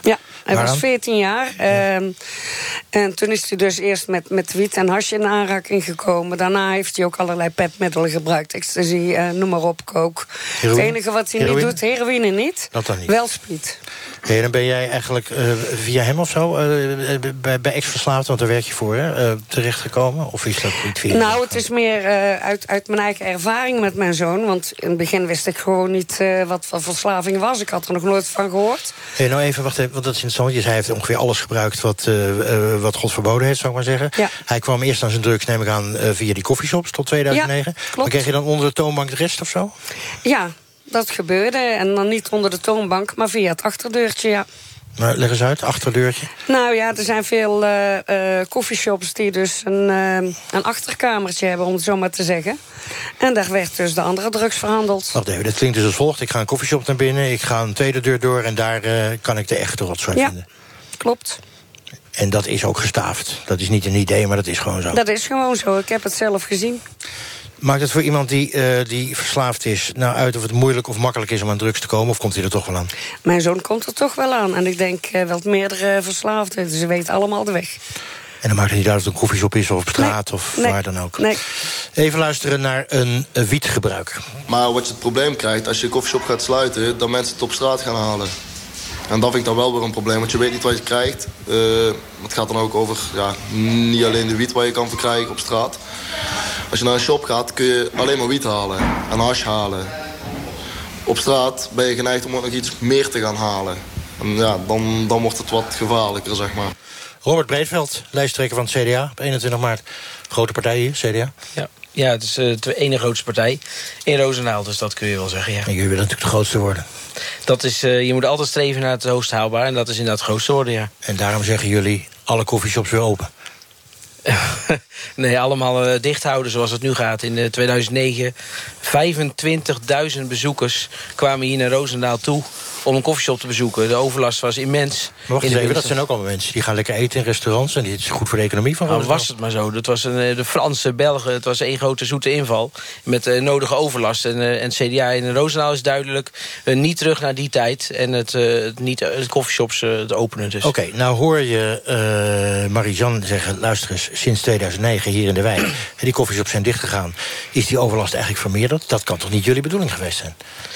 Hij Waaraan? was veertien jaar. Ja. Uh, en toen is hij dus eerst met, met wiet en hasje in aanraking gekomen. Daarna heeft hij ook allerlei petmiddelen gebruikt. Ecstasy, uh, noem maar op, coke. Heroïne? Het enige wat hij Heroïne? niet doet, heroïne niet. Dat dan niet. Wel speed. Hey, dan ben jij eigenlijk uh, via hem of zo, uh, bij, bij ex-verslaafden, want daar werk je voor, hè, uh, terechtgekomen? Of is dat niet via? Nou, het is meer uh, uit, uit mijn eigen ervaring met mijn zoon. Want in het begin wist ik gewoon niet uh, wat, wat verslaving was. Ik had er nog nooit van gehoord. Hey, nou even, wacht even, want dat is interessant. Je zei, hij heeft ongeveer alles gebruikt wat, uh, uh, wat God verboden heeft, zou ik maar zeggen. Ja. Hij kwam eerst aan zijn drugs, neem ik aan, uh, via die coffeeshops tot tweeduizend negen. Ja, klopt. Maar kreeg je dan onder de toonbank de rest of zo? Ja, dat gebeurde. En dan niet onder de toonbank, maar via het achterdeurtje, ja. Maar leg eens uit, achterdeurtje. Nou ja, er zijn veel uh, uh, coffeeshops die dus een, uh, een achterkamertje hebben, om het zo maar te zeggen. En daar werd dus de andere drugs verhandeld. Wacht even, dat klinkt dus als volgt. Ik ga een koffieshop naar binnen, ik ga een tweede deur door en daar uh, kan ik de echte rotzooi ja, vinden. Klopt. En dat is ook gestaafd. Dat is niet een idee, maar dat is gewoon zo. Dat is gewoon zo, ik heb het zelf gezien. Maakt het voor iemand die, uh, die verslaafd is nou uit of het moeilijk of makkelijk is om aan drugs te komen? Of komt hij er toch wel aan? Mijn zoon komt er toch wel aan. En ik denk uh, wel meerdere verslaafden. Ze weten allemaal de weg. En dan maakt het niet uit of het een koffieshop is of op straat nee, of nee, waar dan ook. Nee. Even luisteren naar een, een wietgebruiker. Maar wat je het probleem krijgt, als je je koffieshop gaat sluiten, dan mensen het op straat gaan halen. En dat vind ik dan wel weer een probleem, want je weet niet wat je krijgt. Uh, het gaat dan ook over ja, niet alleen de wiet wat je kan verkrijgen op straat. Als je naar een shop gaat, kun je alleen maar wiet halen en hash halen. Op straat ben je geneigd om ook nog iets meer te gaan halen. En ja, dan, dan wordt het wat gevaarlijker, zeg maar. Robert Breedveld, lijsttrekker van het C D A op eenentwintig maart. Grote partij hier, C D A. Ja. Ja, het is uh, de ene grootste partij in Roosendaal, dus dat kun je wel zeggen, ja. En jullie willen natuurlijk de grootste worden. Dat is, uh, je moet altijd streven naar het hoogst haalbaar, en dat is inderdaad het grootste worden, ja. En daarom zeggen jullie, alle koffieshops weer open. Nee, allemaal uh, dicht houden zoals het nu gaat. In uh, tweeduizend negen, vijfentwintigduizend bezoekers kwamen hier naar Roosendaal toe om een koffieshop te bezoeken. De overlast was immens. Maar wacht eens even, dat zijn ook allemaal mensen die gaan lekker eten in restaurants en dit is goed voor de economie van Roosendaal. Nou, was het maar zo. Dat was een, de Franse, Belgen, het was één grote zoete inval met uh, nodige overlast. En, uh, en het C D A in Roosendaal is duidelijk uh, niet terug naar die tijd en het, uh, het niet het koffieshops uh, te openen. Dus. Oké, okay, nou hoor je uh, Marie-Jeanne zeggen, luister eens, sinds tweeduizend negen hier in de wijk, die koffieshops zijn dichtgegaan. Is die overlast eigenlijk vermeerderd? Dat kan toch niet jullie bedoeling geweest zijn?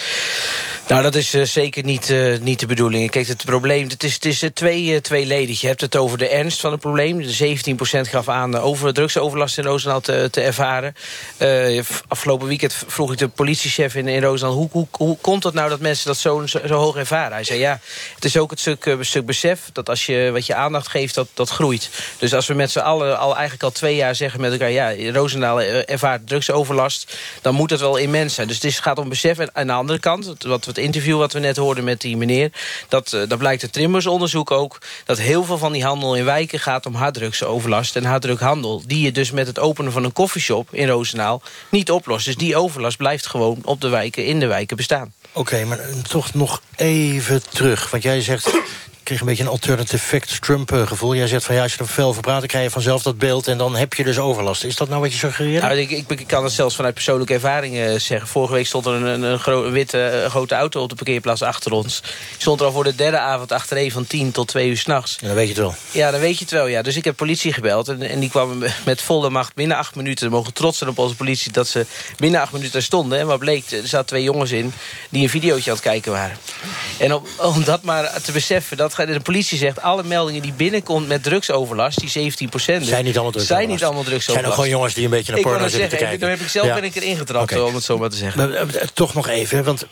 Nou, dat is uh, zeker niet, uh, niet de bedoeling. Kijk, het probleem, het is, het is uh, twee, uh, tweeledig. Je hebt het over de ernst van het probleem. De zeventien procent gaf aan uh, over drugsoverlast in Roosendaal te, te ervaren. Uh, afgelopen weekend vroeg ik de politiechef in, in Roosendaal, Hoe, hoe, hoe komt het nou dat mensen dat zo, zo, zo hoog ervaren? Hij zei, ja, het is ook het stuk, uh, stuk besef dat als je wat je aandacht geeft, dat, dat groeit. Dus als we met z'n allen al eigenlijk al twee jaar zeggen met elkaar, ja, Roosendaal ervaart drugsoverlast, dan moet het wel immens zijn. Dus het is, gaat om besef. En aan de andere kant, wat we het interview wat we net hoorden met die meneer, dat, uh, dat blijkt uit Trimbos-onderzoek ook, dat heel veel van die handel in wijken gaat om harddrugsoverlast en harddrughandel, die je dus met het openen van een koffieshop in Roosendaal niet oplost. Dus die overlast blijft gewoon op de wijken, in de wijken bestaan. Oké, okay, maar toch nog even terug, want jij zegt, ik kreeg een beetje een alternative facts Trump gevoel. Jij zegt van ja, als je er veel over praat, dan krijg je vanzelf dat beeld en dan heb je dus overlast. Is dat nou wat je suggereert? Nou, ik, ik, ik kan het zelfs vanuit persoonlijke ervaring uh, zeggen. Vorige week stond er een, een, een, gro- een witte uh, grote auto op de parkeerplaats achter ons. Die stond er al voor de derde avond achtereen van tien tot twee uur s'nachts. Ja, dan weet je het wel. Ja, dan weet je het wel, ja. Dus ik heb politie gebeld en, en die kwam met volle macht binnen acht minuten. We mogen trots zijn op onze politie dat ze binnen acht minuten stonden. En wat bleek, er zaten twee jongens in die een videootje aan het kijken waren. En om, om dat maar te beseffen, dat de politie zegt, alle meldingen die binnenkomt met drugsoverlast, die zeventien procent, zijn niet allemaal drugsoverlast. Zijn niet allemaal drugsoverlast. Zijn ook gewoon jongens die een beetje naar porno zitten te kijken. Dan heb ik zelf ja. ben ik erin getrapt, okay. om het zo maar te zeggen. Maar, maar, toch nog even, want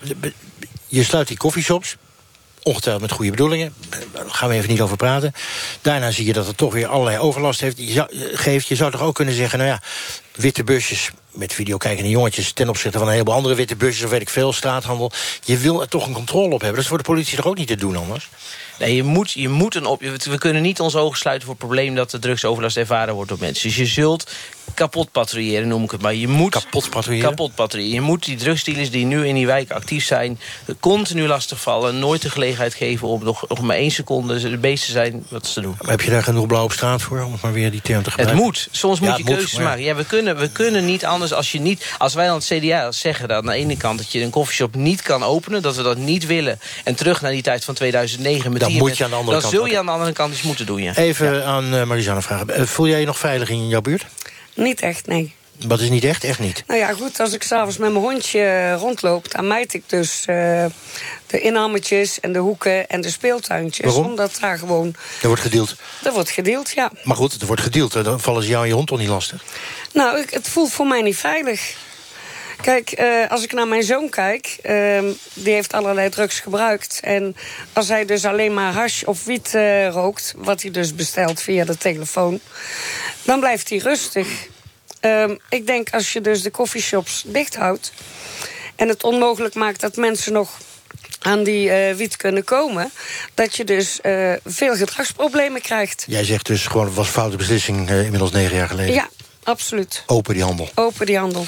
je sluit die koffieshops, ongetwijfeld met goede bedoelingen, daar gaan we even niet over praten. Daarna zie je dat het toch weer allerlei overlast heeft, je zou, geeft. Je zou toch ook kunnen zeggen, nou ja, witte busjes met videokijkende jongetjes ten opzichte van een heleboel andere witte busjes of weet ik veel, straathandel. Je wil er toch een controle op hebben. Dat is voor de politie toch ook niet te doen anders? Nee, je moet, je moet een op. We kunnen niet onze ogen sluiten voor het probleem dat de drugsoverlast ervaren wordt door mensen. Dus je zult kapot patrouilleren, noem ik het maar. Je moet kapot patrouilleren? Kapot patrouilleren. Je moet die drugsdealers die nu in die wijk actief zijn continu lastigvallen, nooit de gelegenheid geven om nog, nog maar één seconde de bezig te zijn wat ze doen. Maar heb je daar genoeg blauw op straat voor, om maar weer die term te gebruiken? Het moet. Soms moet ja, je moet, keuzes maar... maken. Ja, we kunnen, we kunnen niet anders anders als je niet... Als wij dan het C D A zeggen dat aan de ene kant... dat je een koffieshop niet kan openen, dat we dat niet willen... en terug naar die tijd van tweeduizend negen... Met dan die moet met, je aan de andere dan kant... zul je aan de andere kant iets moeten doen, ja. Even ja. aan uh, Marisanne vragen. Voel jij je nog veilig in jouw buurt? Niet echt, nee. Wat is niet echt? Echt niet? Nou ja, goed, als ik s'avonds met mijn hondje rondloop... dan mijt ik dus uh, de inhammetjes en de hoeken en de speeltuintjes. Waarom? Omdat daar gewoon... Er wordt gedeeld. Er wordt gedeeld, ja. Maar goed, er wordt gedeeld. Dan vallen ze jou en je hond toch niet lastig? Nou, ik, het voelt voor mij niet veilig. Kijk, uh, als ik naar mijn zoon kijk... Uh, die heeft allerlei drugs gebruikt. En als hij dus alleen maar hash of wiet uh, rookt... wat hij dus bestelt via de telefoon... dan blijft hij rustig. Um, ik denk als je dus de coffeeshops dicht houdt... en het onmogelijk maakt dat mensen nog aan die uh, wiet kunnen komen... dat je dus uh, veel gedragsproblemen krijgt. Jij zegt dus gewoon, het was een foute beslissing uh, inmiddels negen jaar geleden. Ja, absoluut. Open die handel. Open die handel.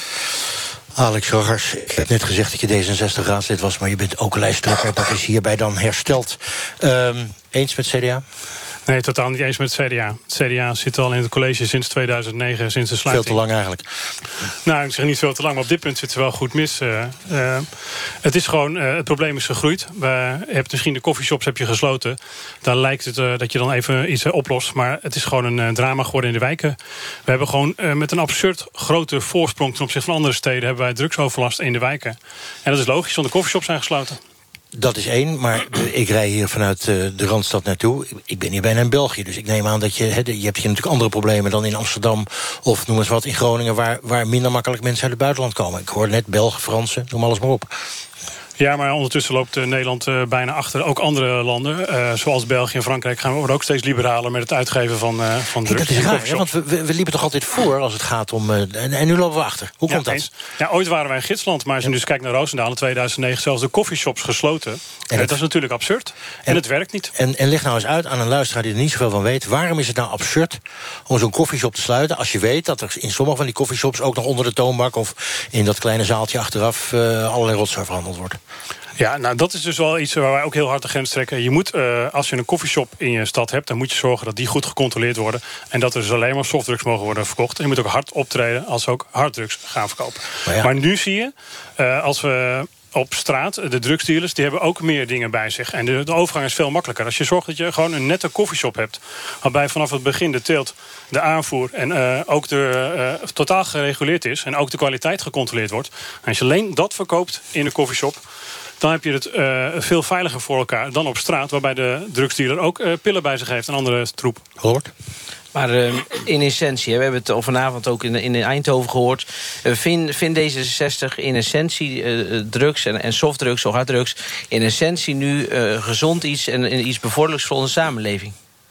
Alex Roggers, ik heb net gezegd dat je D zesenzestig-raadslid was... maar je bent ook lijsttrekker, dat is hierbij dan hersteld. Um, eens met C D A? Nee, totaal niet eens met het C D A. Het C D A zit al in het college sinds tweeduizend negen, sinds de sluiting. Veel te lang eigenlijk. Nou, ik zeg niet veel te lang, maar op dit punt zit ze wel goed mis. Uh, uh, het is gewoon, uh, het probleem is gegroeid. We hebben misschien de coffeeshops heb je gesloten. Daar lijkt het uh, dat je dan even iets uh, oplost. Maar het is gewoon een uh, drama geworden in de wijken. We hebben gewoon uh, met een absurd grote voorsprong ten opzichte van andere steden... hebben wij drugsoverlast in de wijken. En dat is logisch, want de coffeeshops zijn gesloten. Dat is één, maar ik rij hier vanuit uh, de Randstad naartoe. Ik ben hier bijna in België, dus ik neem aan dat je... He, je hebt hier natuurlijk andere problemen dan in Amsterdam... of noem eens wat in Groningen... waar, waar minder makkelijk mensen uit het buitenland komen. Ik hoorde net Belgen, Fransen, noem alles maar op. Ja, maar ondertussen loopt uh, Nederland uh, bijna achter. Ook andere landen, uh, zoals België en Frankrijk... gaan we ook steeds liberaler met het uitgeven van, uh, van drugs. Hey, dat is raar, hè? Want we, we, we liepen toch altijd voor als het gaat om... Uh, en, en nu lopen we achter. Hoe komt ja, dat? Ja, ooit waren wij een gidsland, maar als je ja. dus kijkt naar Roosendaal... in tweeduizend negen zelfs de coffeeshops gesloten. En het, dat is natuurlijk absurd. En, en het werkt niet. En, en leg nou eens uit aan een luisteraar die er niet zoveel van weet... waarom is het nou absurd om zo'n coffeeshop te sluiten... als je weet dat er in sommige van die coffeeshops... ook nog onder de toonbank of in dat kleine zaaltje achteraf... Uh, allerlei rotzooi verhandeld wordt? Ja, nou dat is dus wel iets waar wij ook heel hard de grens trekken. Je moet, uh, als je een koffieshop in je stad hebt... dan moet je zorgen dat die goed gecontroleerd worden... en dat er dus alleen maar softdrugs mogen worden verkocht. En je moet ook hard optreden als ze ook harddrugs gaan verkopen. Maar, ja. maar nu zie je, uh, als we... op straat, de drugsdealers, die hebben ook meer dingen bij zich. En de, de overgang is veel makkelijker. Als je zorgt dat je gewoon een nette koffieshop hebt... waarbij vanaf het begin de teelt, de aanvoer... en uh, ook de, uh, totaal gereguleerd is... en ook de kwaliteit gecontroleerd wordt. En als je alleen dat verkoopt in een koffieshop... dan heb je het uh, veel veiliger voor elkaar dan op straat... waarbij de drugsdealer ook uh, pillen bij zich heeft en andere troep. Hoort. Maar uh, in essentie, hè, we hebben het vanavond ook in, in Eindhoven gehoord... Uh, Vind vind D zesenzestig in essentie uh, drugs en, en softdrugs of harddrugs... in essentie nu uh, gezond iets en, en iets bevorderlijks voor onze samenleving?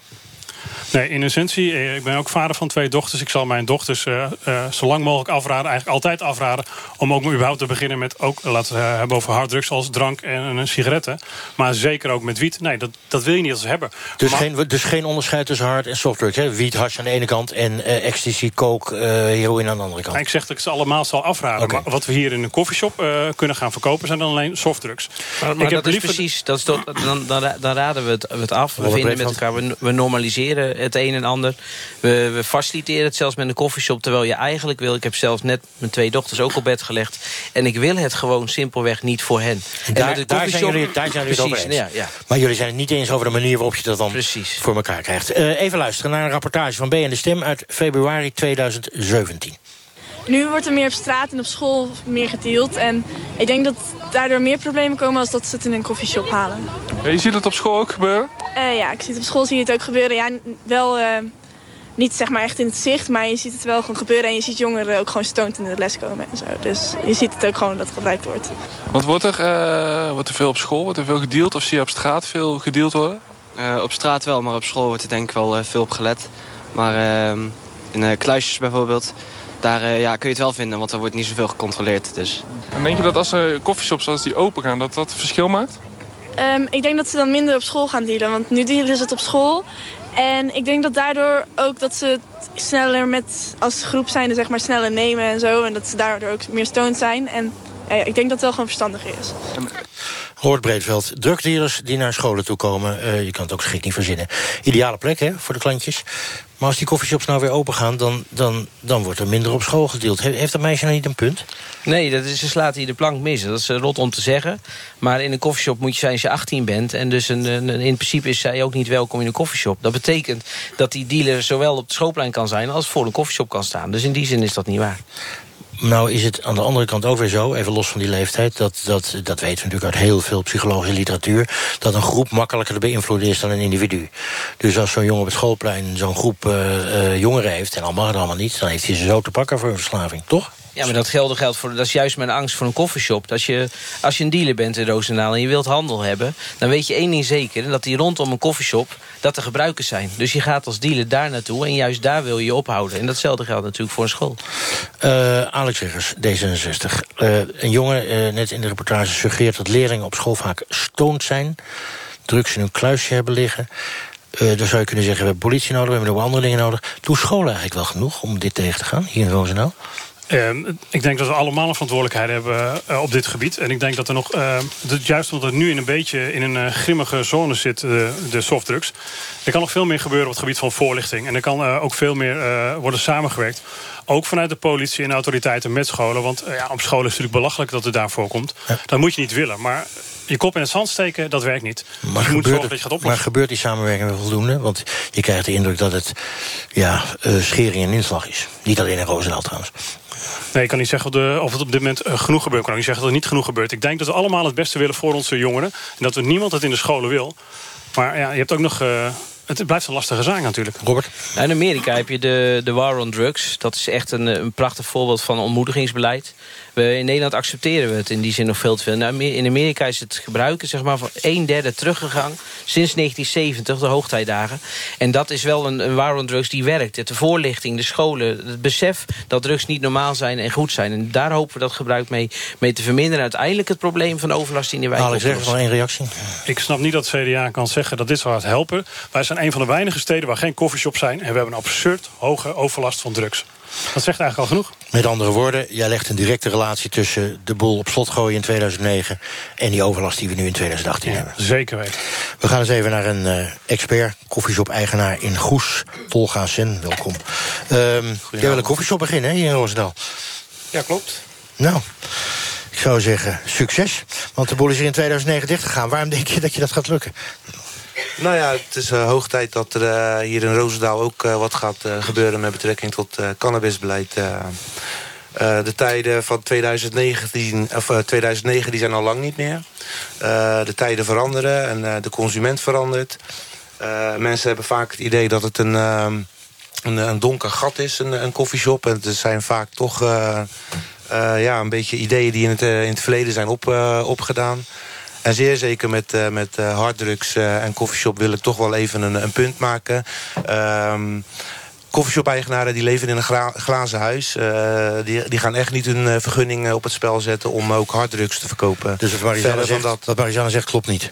Nee, in essentie, ik ben ook vader van twee dochters. Ik zal mijn dochters uh, uh, zo lang mogelijk afraden, eigenlijk altijd afraden... om ook maar überhaupt te beginnen met, ook laten we het hebben over harddrugs... als drank en, en sigaretten. Maar zeker ook met wiet. Nee, dat, dat wil je niet als ze hebben. Dus, maar, geen, dus geen onderscheid tussen hard en softdrugs, hè? Wiet, hash aan de ene kant en uh, ecstasy, coke, uh, heroïne aan de andere kant. Ik zeg dat ik ze allemaal zal afraden. Okay. Maar wat we hier in een koffieshop uh, kunnen gaan verkopen... zijn dan alleen softdrugs. Maar, maar ik dat heb is liever... precies, dat is toch, dan, dan, dan raden we het, het af. We vinden met elkaar, we, we normaliseren het een en ander. We, we faciliteren het zelfs met een koffieshop, terwijl je eigenlijk wil... ik heb zelfs net mijn twee dochters ook op bed gelegd... en ik wil het gewoon simpelweg niet voor hen. En daar, en met de daar zijn jullie, daar zijn jullie het over eens. Ja, ja. Maar jullie zijn het niet eens over de manier waarop je dat dan precies voor elkaar krijgt. Uh, even luisteren naar een rapportage van B en de Stem uit februari tweeduizend zeventien. Nu wordt er meer op straat en op school meer gedeeld. En ik denk dat daardoor meer problemen komen als dat ze het in een koffieshop halen. Ja, je ziet het op school ook gebeuren? Uh, ja, ik zie het op school zie je het ook gebeuren. Ja, wel uh, niet zeg maar echt in het zicht, maar je ziet het wel gewoon gebeuren. En je ziet jongeren ook gewoon stoned in de les komen en zo. Dus je ziet het ook gewoon dat het gebruikt wordt. Wat wordt er? Uh, wordt er veel op school? Wordt er veel gedeeld? Of zie je op straat veel gedeeld worden? Uh, op straat wel, maar op school wordt er denk ik wel uh, veel op gelet. Maar uh, in uh, kluisjes bijvoorbeeld... Daar uh, ja, kun je het wel vinden, want er wordt niet zoveel gecontroleerd. Dus. En denk je dat als er coffeeshops als die open gaan, dat dat verschil maakt? Um, ik denk dat ze dan minder op school gaan dealen, want nu dealen ze het op school. En ik denk dat daardoor ook dat ze het sneller met, als groep zijn, zeg maar sneller nemen en zo. En dat ze daardoor ook meer stoned zijn. En uh, ik denk dat het wel gewoon verstandig is. Hoort Breedveld, drugdealers die naar scholen toe komen. Uh, je kan het ook schrik niet verzinnen. Ideale plek, hè, voor de klantjes. Maar als die koffieshops nou weer open gaan, dan, dan, dan wordt er minder op school gedeeld. He, heeft dat meisje nou niet een punt? Nee, dat is, ze slaat hier de plank mis. Dat is rot om te zeggen. Maar in een koffieshop moet je zijn als je achttien bent. En dus een, een, in principe is zij ook niet welkom in een koffieshop. Dat betekent dat die dealer zowel op het schoolplein kan zijn als voor een koffieshop kan staan. Dus in die zin is dat niet waar. Nou is het aan de andere kant ook weer zo, even los van die leeftijd, dat, dat, dat weten we natuurlijk uit heel veel psychologische literatuur, dat een groep makkelijker te beïnvloeden is dan een individu. Dus als zo'n jongen op het schoolplein zo'n groep uh, uh, jongeren heeft, en al mag het allemaal niet, dan heeft hij ze zo te pakken voor een verslaving, toch? Ja, maar dat geldt, geldt voor, dat is juist mijn angst voor een koffieshop. Als je, als je een dealer bent in Roosendaal en je wilt handel hebben, dan weet je één ding zeker, dat die rondom een koffieshop, dat er gebruikers zijn. Dus je gaat als dealer daar naartoe en juist daar wil je je ophouden. En datzelfde geldt natuurlijk voor een school. Uh, Alex Weggers, D zesenzestig. Uh, een jongen, uh, net in de reportage, suggereert dat leerlingen op school vaak stoned zijn, drugs in hun kluisje hebben liggen. Uh, dan zou je kunnen zeggen, we hebben politie nodig, we hebben nog andere dingen nodig. Doen scholen eigenlijk wel genoeg om dit tegen te gaan, hier in Roosendaal? Uh, ik denk dat we allemaal een verantwoordelijkheid hebben uh, op dit gebied. En ik denk dat er nog, uh, dat juist omdat het nu in een beetje in een uh, grimmige zone zit, uh, de softdrugs, er kan nog veel meer gebeuren op het gebied van voorlichting. En er kan uh, ook veel meer uh, worden samengewerkt. Ook vanuit de politie en autoriteiten met scholen. Want uh, ja, op scholen is het natuurlijk belachelijk dat het daar voorkomt. Ja. Dat moet je niet willen. Maar je kop in het zand steken, dat werkt niet. Maar, dus je moet zorgen het, dat je gaat oplossen. Maar gebeurt die samenwerking wel voldoende? Want je krijgt de indruk dat het ja, uh, schering en inslag is. Niet alleen in Roosendaal trouwens. Nee, ik kan niet zeggen of, de, of het op dit moment uh, genoeg gebeurt. Ik kan ook niet zeggen dat er niet genoeg gebeurt. Ik denk dat we allemaal het beste willen voor onze jongeren. En dat we niemand het in de scholen wil. Maar ja, je hebt ook nog... Uh, het blijft een lastige zaak natuurlijk. Robert? Nou, in Amerika heb je de, de War on Drugs. Dat is echt een, een prachtig voorbeeld van ontmoedigingsbeleid. We, in Nederland accepteren we het in die zin nog veel te veel. Nou, in Amerika is het gebruiken zeg maar, van een derde teruggegaan sinds negentien zeventig, de hoogtijdagen. En dat is wel een, een War on Drugs die werkt. De voorlichting, de scholen, het besef dat drugs niet normaal zijn en goed zijn. En daar hopen we dat gebruik mee, mee te verminderen. Uiteindelijk het probleem van overlast in de wijk. Alex, zeg wel één reactie. Ik snap niet dat het C D A kan zeggen dat dit zou hard helpen. Wij zijn een van de weinige steden waar geen coffeeshops zijn. En we hebben een absurd hoge overlast van drugs. Dat zegt eigenlijk al genoeg. Met andere woorden, jij legt een directe relatie tussen de boel op slot gooien in tweeduizend negen en die overlast die we nu in tweeduizend achttien ja, hebben. Zeker weten. We gaan eens even naar een uh, expert, koffieshop-eigenaar in Goes, Tolga Sen, welkom. Um, jij wil een koffieshop beginnen hè, hier in Roosendaal? Ja, klopt. Nou, ik zou zeggen, succes. Want de boel is er in tweeduizend negen dicht gegaan. Waarom denk je dat je dat gaat lukken? Nou ja, het is uh, hoog tijd dat er uh, hier in Roosendaal ook uh, wat gaat uh, gebeuren met betrekking tot uh, cannabisbeleid. Uh, uh, de tijden van tweeduizend negentien, of, uh, tweeduizend negen die zijn al lang niet meer. Uh, de tijden veranderen en uh, de consument verandert. Uh, mensen hebben vaak het idee dat het een, uh, een, een donker gat is, een, een koffieshop. En het zijn vaak toch uh, uh, ja, een beetje ideeën die in het, uh, in het verleden zijn op, uh, opgedaan. En zeer zeker met, uh, met uh, harddrugs uh, en koffieshop wil ik toch wel even een, een punt maken. Um, Koffieshop-eigenaren die leven in een gra glazen huis. Uh, die, die gaan echt niet hun uh, vergunning op het spel zetten om ook harddrugs te verkopen. Dus wat Marisanne zegt, dat... wat Marisanne zegt klopt niet?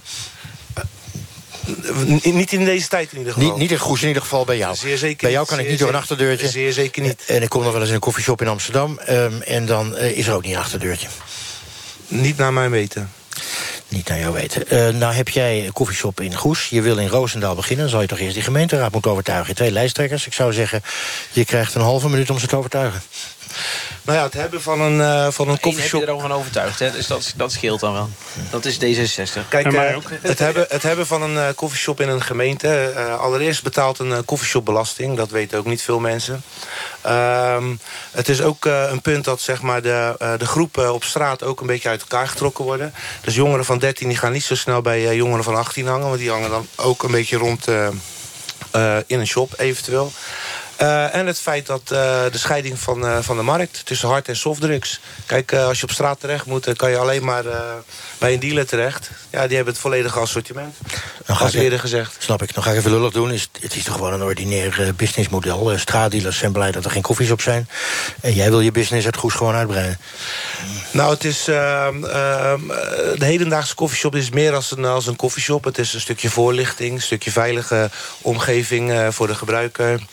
Uh, niet in deze tijd in ieder geval. Niet, niet in Goes, in ieder geval bij jou. Zeer zeker bij jou niet, kan ik zeer niet door een achterdeurtje. Zeer zeker niet. En ik kom nog wel eens in een koffieshop in Amsterdam. Um, en dan uh, is er ook niet een achterdeurtje. Niet naar mijn weten. Niet naar jou weten. Uh, nou heb jij een koffieshop in Goes. Je wil in Roosendaal beginnen. Dan zal je toch eerst die gemeenteraad moeten overtuigen. Je twee lijsttrekkers. Ik zou zeggen, je krijgt een halve minuut om ze te overtuigen. Nou ja, het hebben van een, uh, van een koffieshop... heb je er ook van overtuigd, hè? Dus dat, dat scheelt dan wel. Dat is D zesenzestig. Kijk, uh, het, hebben, het hebben van een uh, koffieshop in een gemeente... Uh, allereerst betaalt een uh, koffieshopbelasting. Dat weten ook niet veel mensen. Uh, het is ook uh, een punt dat zeg maar, de, uh, de groepen op straat... ook een beetje uit elkaar getrokken worden. Dus jongeren van dertien die gaan niet zo snel bij uh, jongeren van achttien hangen... want die hangen dan ook een beetje rond uh, uh, in een shop eventueel. Uh, en het feit dat uh, de scheiding van, uh, van de markt tussen hard- en softdrugs. Kijk, uh, als je op straat terecht moet, dan kan je alleen maar uh, bij een dealer terecht. Ja, die hebben het volledige assortiment. Als eerder gezegd. Snap ik. Nog ga ik even lullig doen. Is, het is toch gewoon een ordinair uh, businessmodel. Uh, straatdealers zijn blij dat er geen koffies op zijn. En jij wil je business uit Goes gewoon uitbreiden. Nou, het is... Uh, uh, de hedendaagse koffieshop is meer als een, als een koffieshop. Het is een stukje voorlichting, een stukje veilige omgeving uh, voor de gebruiker.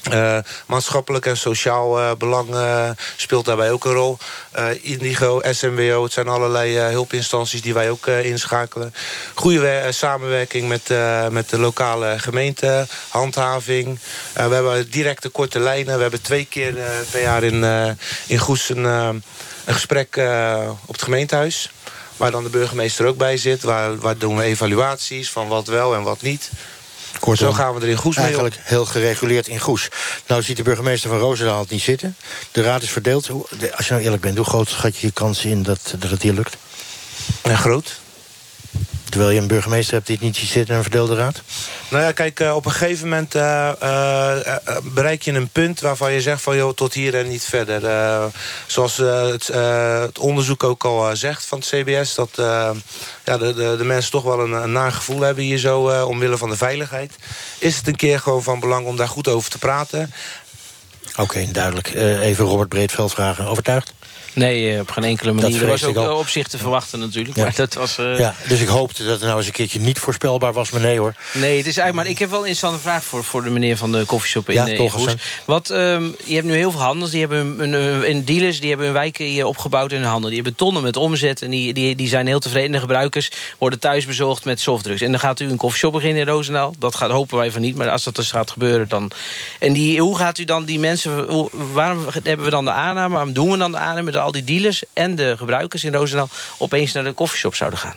Uh, maatschappelijk en sociaal uh, belang uh, speelt daarbij ook een rol. Uh, Indigo, S M W O, het zijn allerlei uh, hulpinstanties die wij ook uh, inschakelen. Goede uh, samenwerking met, uh, met de lokale gemeente, handhaving. Uh, we hebben directe korte lijnen. We hebben twee keer uh, per jaar in, uh, in Goes een, uh, een gesprek uh, op het gemeentehuis. Waar dan de burgemeester ook bij zit. Waar, waar doen we evaluaties van wat wel en wat niet. Kortom, zo gaan we er in Goes mee eigenlijk op. Heel gereguleerd in Goes. Nou ziet de burgemeester van Roosendaal het niet zitten. De raad is verdeeld. Als je nou eerlijk bent, hoe groot schat je je kans in dat, dat het hier lukt? En groot. Terwijl je een burgemeester hebt die het niet ziet zitten en een verdeelde raad? Nou ja, kijk, uh, op een gegeven moment uh, uh, bereik je een punt waarvan je zegt van joh, tot hier en niet verder. Uh, zoals uh, het, uh, het onderzoek ook al uh, zegt van het C B S, dat uh, ja, de, de, de mensen toch wel een, een naar gevoel hebben hier zo, uh, omwille van de veiligheid. Is het een keer gewoon van belang om daar goed over te praten? Oké, okay, duidelijk. Uh, even Robert Breedveld vragen. Overtuigd? Nee, op geen enkele manier. Er was ook al op zich te verwachten natuurlijk. Ja. Maar dat was, uh... ja, dus ik hoopte dat het nou eens een keertje niet voorspelbaar was, maar nee hoor. Nee, het is eigenlijk, maar ik heb wel een interessante vraag voor, voor de meneer van de koffieshop in, ja, in Goes. Wat, um, je hebt nu heel veel handels, die hebben een, een, een dealers, die hebben hun wijken hier opgebouwd in de handel. Die hebben tonnen met omzet en die, die, die zijn heel tevreden. De gebruikers worden thuis bezorgd met softdrugs. En dan gaat u een koffieshop beginnen in Roosendaal. Dat gaat, hopen wij van niet, maar als dat dus gaat gebeuren dan... En die, hoe gaat u dan die mensen... Hoe, waarom hebben we dan de aanname, waarom doen we dan de aanname met al die dealers... en de gebruikers in Roosendaal opeens naar de koffieshop zouden gaan?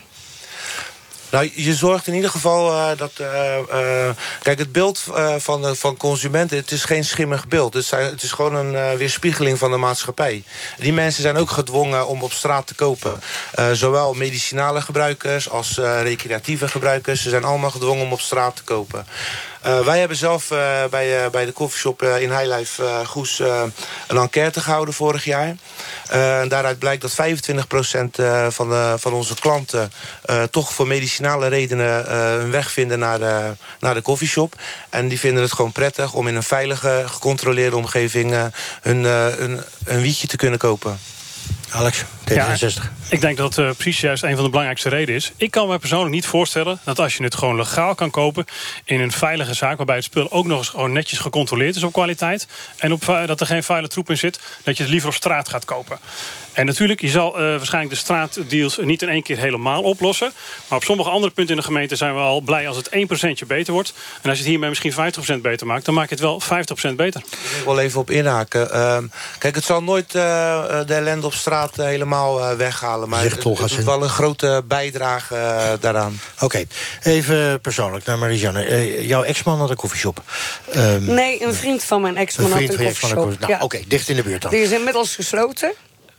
Nou, je zorgt in ieder geval uh, dat... Uh, uh, kijk, het beeld uh, van, uh, van consumenten, het is geen schimmig beeld. Het is, het is gewoon een uh, weerspiegeling van de maatschappij. Die mensen zijn ook gedwongen om op straat te kopen. Uh, zowel medicinale gebruikers als uh, recreatieve gebruikers. Ze zijn allemaal gedwongen om op straat te kopen. Uh, wij hebben zelf uh, bij, uh, bij de koffieshop uh, in Highlife uh, Goes uh, een enquête gehouden vorig jaar. Uh, en daaruit blijkt dat vijfentwintig procent uh, van, de, van onze klanten uh, toch voor medicinale redenen uh, hun weg vinden naar de, naar de koffieshop. En die vinden het gewoon prettig om in een veilige, gecontroleerde omgeving uh, hun, uh, hun, een wietje te kunnen kopen. Alex, T zesenzestig. Ja, ik denk dat uh, precies juist een van de belangrijkste redenen is. Ik kan me persoonlijk niet voorstellen dat als je het gewoon legaal kan kopen in een veilige zaak, waarbij het spul ook nog eens gewoon netjes gecontroleerd is op kwaliteit en op, uh, dat er geen vuile troep in zit, dat je het liever op straat gaat kopen. En natuurlijk, je zal uh, waarschijnlijk de straatdeals niet in één keer helemaal oplossen. Maar op sommige andere punten in de gemeente zijn we al blij als het één procentje beter wordt. En als je het hiermee misschien vijftig procent beter maakt, dan maak je het wel vijftig procent beter. Ik wil wel even op inhaken. Uh, kijk, het zal nooit uh, de ellende op straat uh, helemaal uh, weghalen. Maar het, het doet wel een grote bijdrage uh, daaraan. Oké, okay. Even persoonlijk naar Marie-Jeanne. Uh, jouw ex-man had een koffieshop. Um, nee, een vriend van mijn ex-man had een koffieshop. Nou, ja. Oké, okay, dicht in de buurt dan. Die is inmiddels gesloten.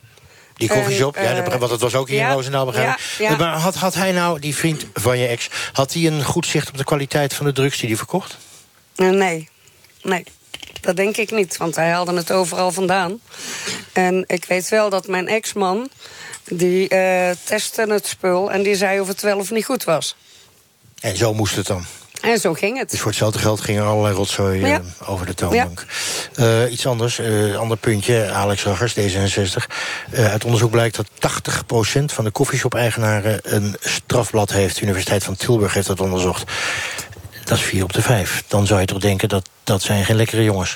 Die koffieshop, uh, ja, want het was ook hier ja, in Roosendaal, begrijp ik. Ja, ja. Maar had, had hij nou, die vriend van je ex, had hij een goed zicht op de kwaliteit van de drugs die hij verkocht? Uh, nee, nee. Dat denk ik niet, want hij haalde het overal vandaan. En ik weet wel dat mijn ex-man, die uh, testte het spul en die zei of het wel of niet goed was. En zo moest het dan? En zo ging het. Dus voor hetzelfde geld gingen allerlei rotzooi ja. uh, over de toonbank. Ja. Uh, iets anders, uh, ander puntje, Alex Raggers, D zesenzestig. Uh, uit onderzoek blijkt dat tachtig procent van de koffieshop-eigenaren een strafblad heeft. De Universiteit van Tilburg heeft dat onderzocht. Dat is vier op de vijf. Dan zou je toch denken, dat dat zijn geen lekkere jongens.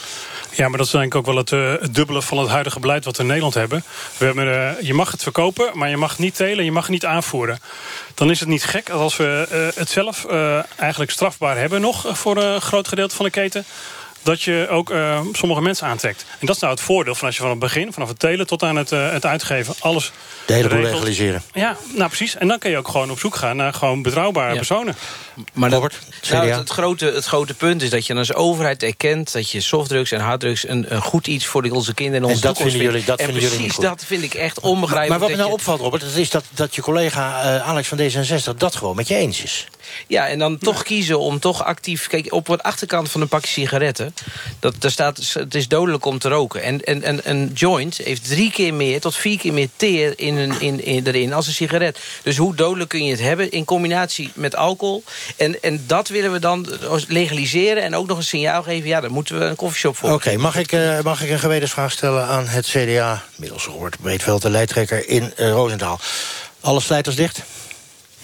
Ja, maar dat is denk ik ook wel het, uh, het dubbele van het huidige beleid wat we in Nederland hebben. We hebben uh, je mag het verkopen, maar je mag het niet telen, je mag het niet aanvoeren. Dan is het niet gek als we uh, het zelf uh, eigenlijk strafbaar hebben nog voor een groot gedeelte van de keten, dat je ook uh, sommige mensen aantrekt. En dat is nou het voordeel van als je van het begin, vanaf het telen tot aan het, uh, het uitgeven, alles de hele boel legaliseren. Ja, nou precies. En dan kun je ook gewoon op zoek gaan naar gewoon betrouwbare ja. personen. Maar dat, nou, het, het, grote, het grote punt is dat je als overheid erkent dat je softdrugs en harddrugs een, een goed iets voor onze kinderen en onze en dat toekomst vinden jullie, dat en vinden precies jullie niet goed. Dat vind ik echt onbegrijpelijk. Maar wat me nou je... opvalt, Robert, dat is dat, dat je collega uh, Alex van D zesenzestig dat gewoon met je eens is. Ja, en dan toch kiezen om toch actief... Kijk, op de achterkant van een pakje sigaretten, dat, daar staat, het is dodelijk om te roken. En, en, en een joint heeft drie keer meer tot vier keer meer teer in een, in, in, erin als een sigaret. Dus hoe dodelijk kun je het hebben in combinatie met alcohol? En, en dat willen we dan legaliseren en ook nog een signaal geven. Ja, daar moeten we een koffieshop voor. Oké, okay, mag, ik, uh, mag ik een gewetensvraag stellen aan het C D A? Middels gehoord, Breedveld, de lijsttrekker in uh, Roosendaal. Alle slijters dicht?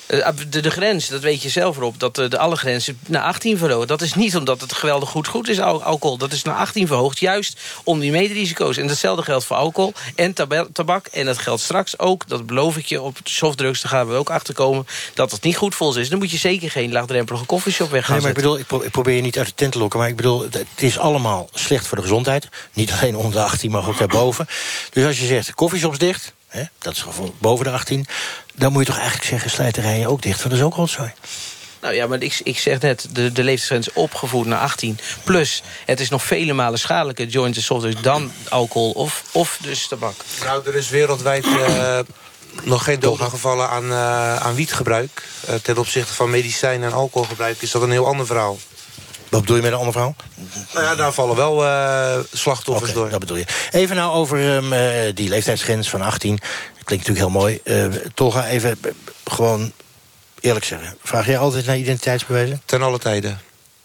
De, de grens, dat weet je zelf erop, dat de, de alle grenzen naar achttien verhoogd. Dat is niet omdat het geweldig goed goed is, al, alcohol. Dat is naar achttien verhoogd, juist om die mederisico's. En datzelfde geldt voor alcohol en tabak. En dat geldt straks ook, dat beloof ik je, op softdrugs. Daar gaan we ook achter komen dat het niet goed voor ons is. Dan moet je zeker geen laagdrempelige koffieshop weg gaan nee, maar ik zetten. bedoel, ik probeer je niet uit de tent te lokken, maar ik bedoel, het is allemaal slecht voor de gezondheid. Niet alleen onder de achttien, maar ook daarboven. Dus als je zegt, koffieshops dicht, hè, dat is gewoon boven de achttien... dan moet je toch eigenlijk zeggen, slijterijen ook dicht, want dat is ook rotzooi. Nou ja, maar ik, ik zeg net, de, de leeftijdsgrens opgevoerd naar achttien. Plus, het is nog vele malen schadelijker, joints en softdrugs, dan alcohol of, of dus tabak. Nou, er is wereldwijd uh, nog geen dodengevallen aan, uh, aan wietgebruik. Uh, ten opzichte van medicijn en alcoholgebruik is dat een heel ander verhaal. Wat bedoel je met een ander verhaal? Nou ja, daar vallen wel uh, slachtoffers okay, door. Dat bedoel je. Even nou over um, uh, die leeftijdsgrens van achttien. Dat klinkt natuurlijk heel mooi. Uh, Tolga, even uh, gewoon eerlijk zeggen. Vraag jij altijd naar identiteitsbewijzen? Ten alle tijden.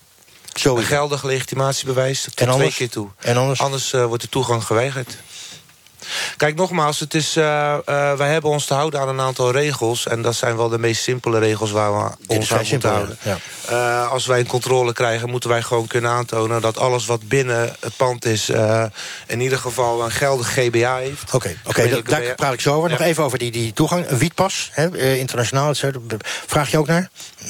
Zo een geldig legitimatiebewijs tot en anders? twee keer toe. En anders? Anders uh, wordt de toegang geweigerd. Kijk, nogmaals, het is, uh, uh, wij hebben ons te houden aan een aantal regels. En dat zijn wel de meest simpele regels waar we Dit ons aan moeten simpel, houden. Ja. Uh, als wij een controle krijgen, moeten wij gewoon kunnen aantonen dat alles wat binnen het pand is, uh, in ieder geval een geldig G B A heeft. Oké, okay, okay, daar, daar praat ik zo over. Ja. Nog even over die, die toegang. Een wietpas, hè, uh, internationaal. Vraag je ook naar?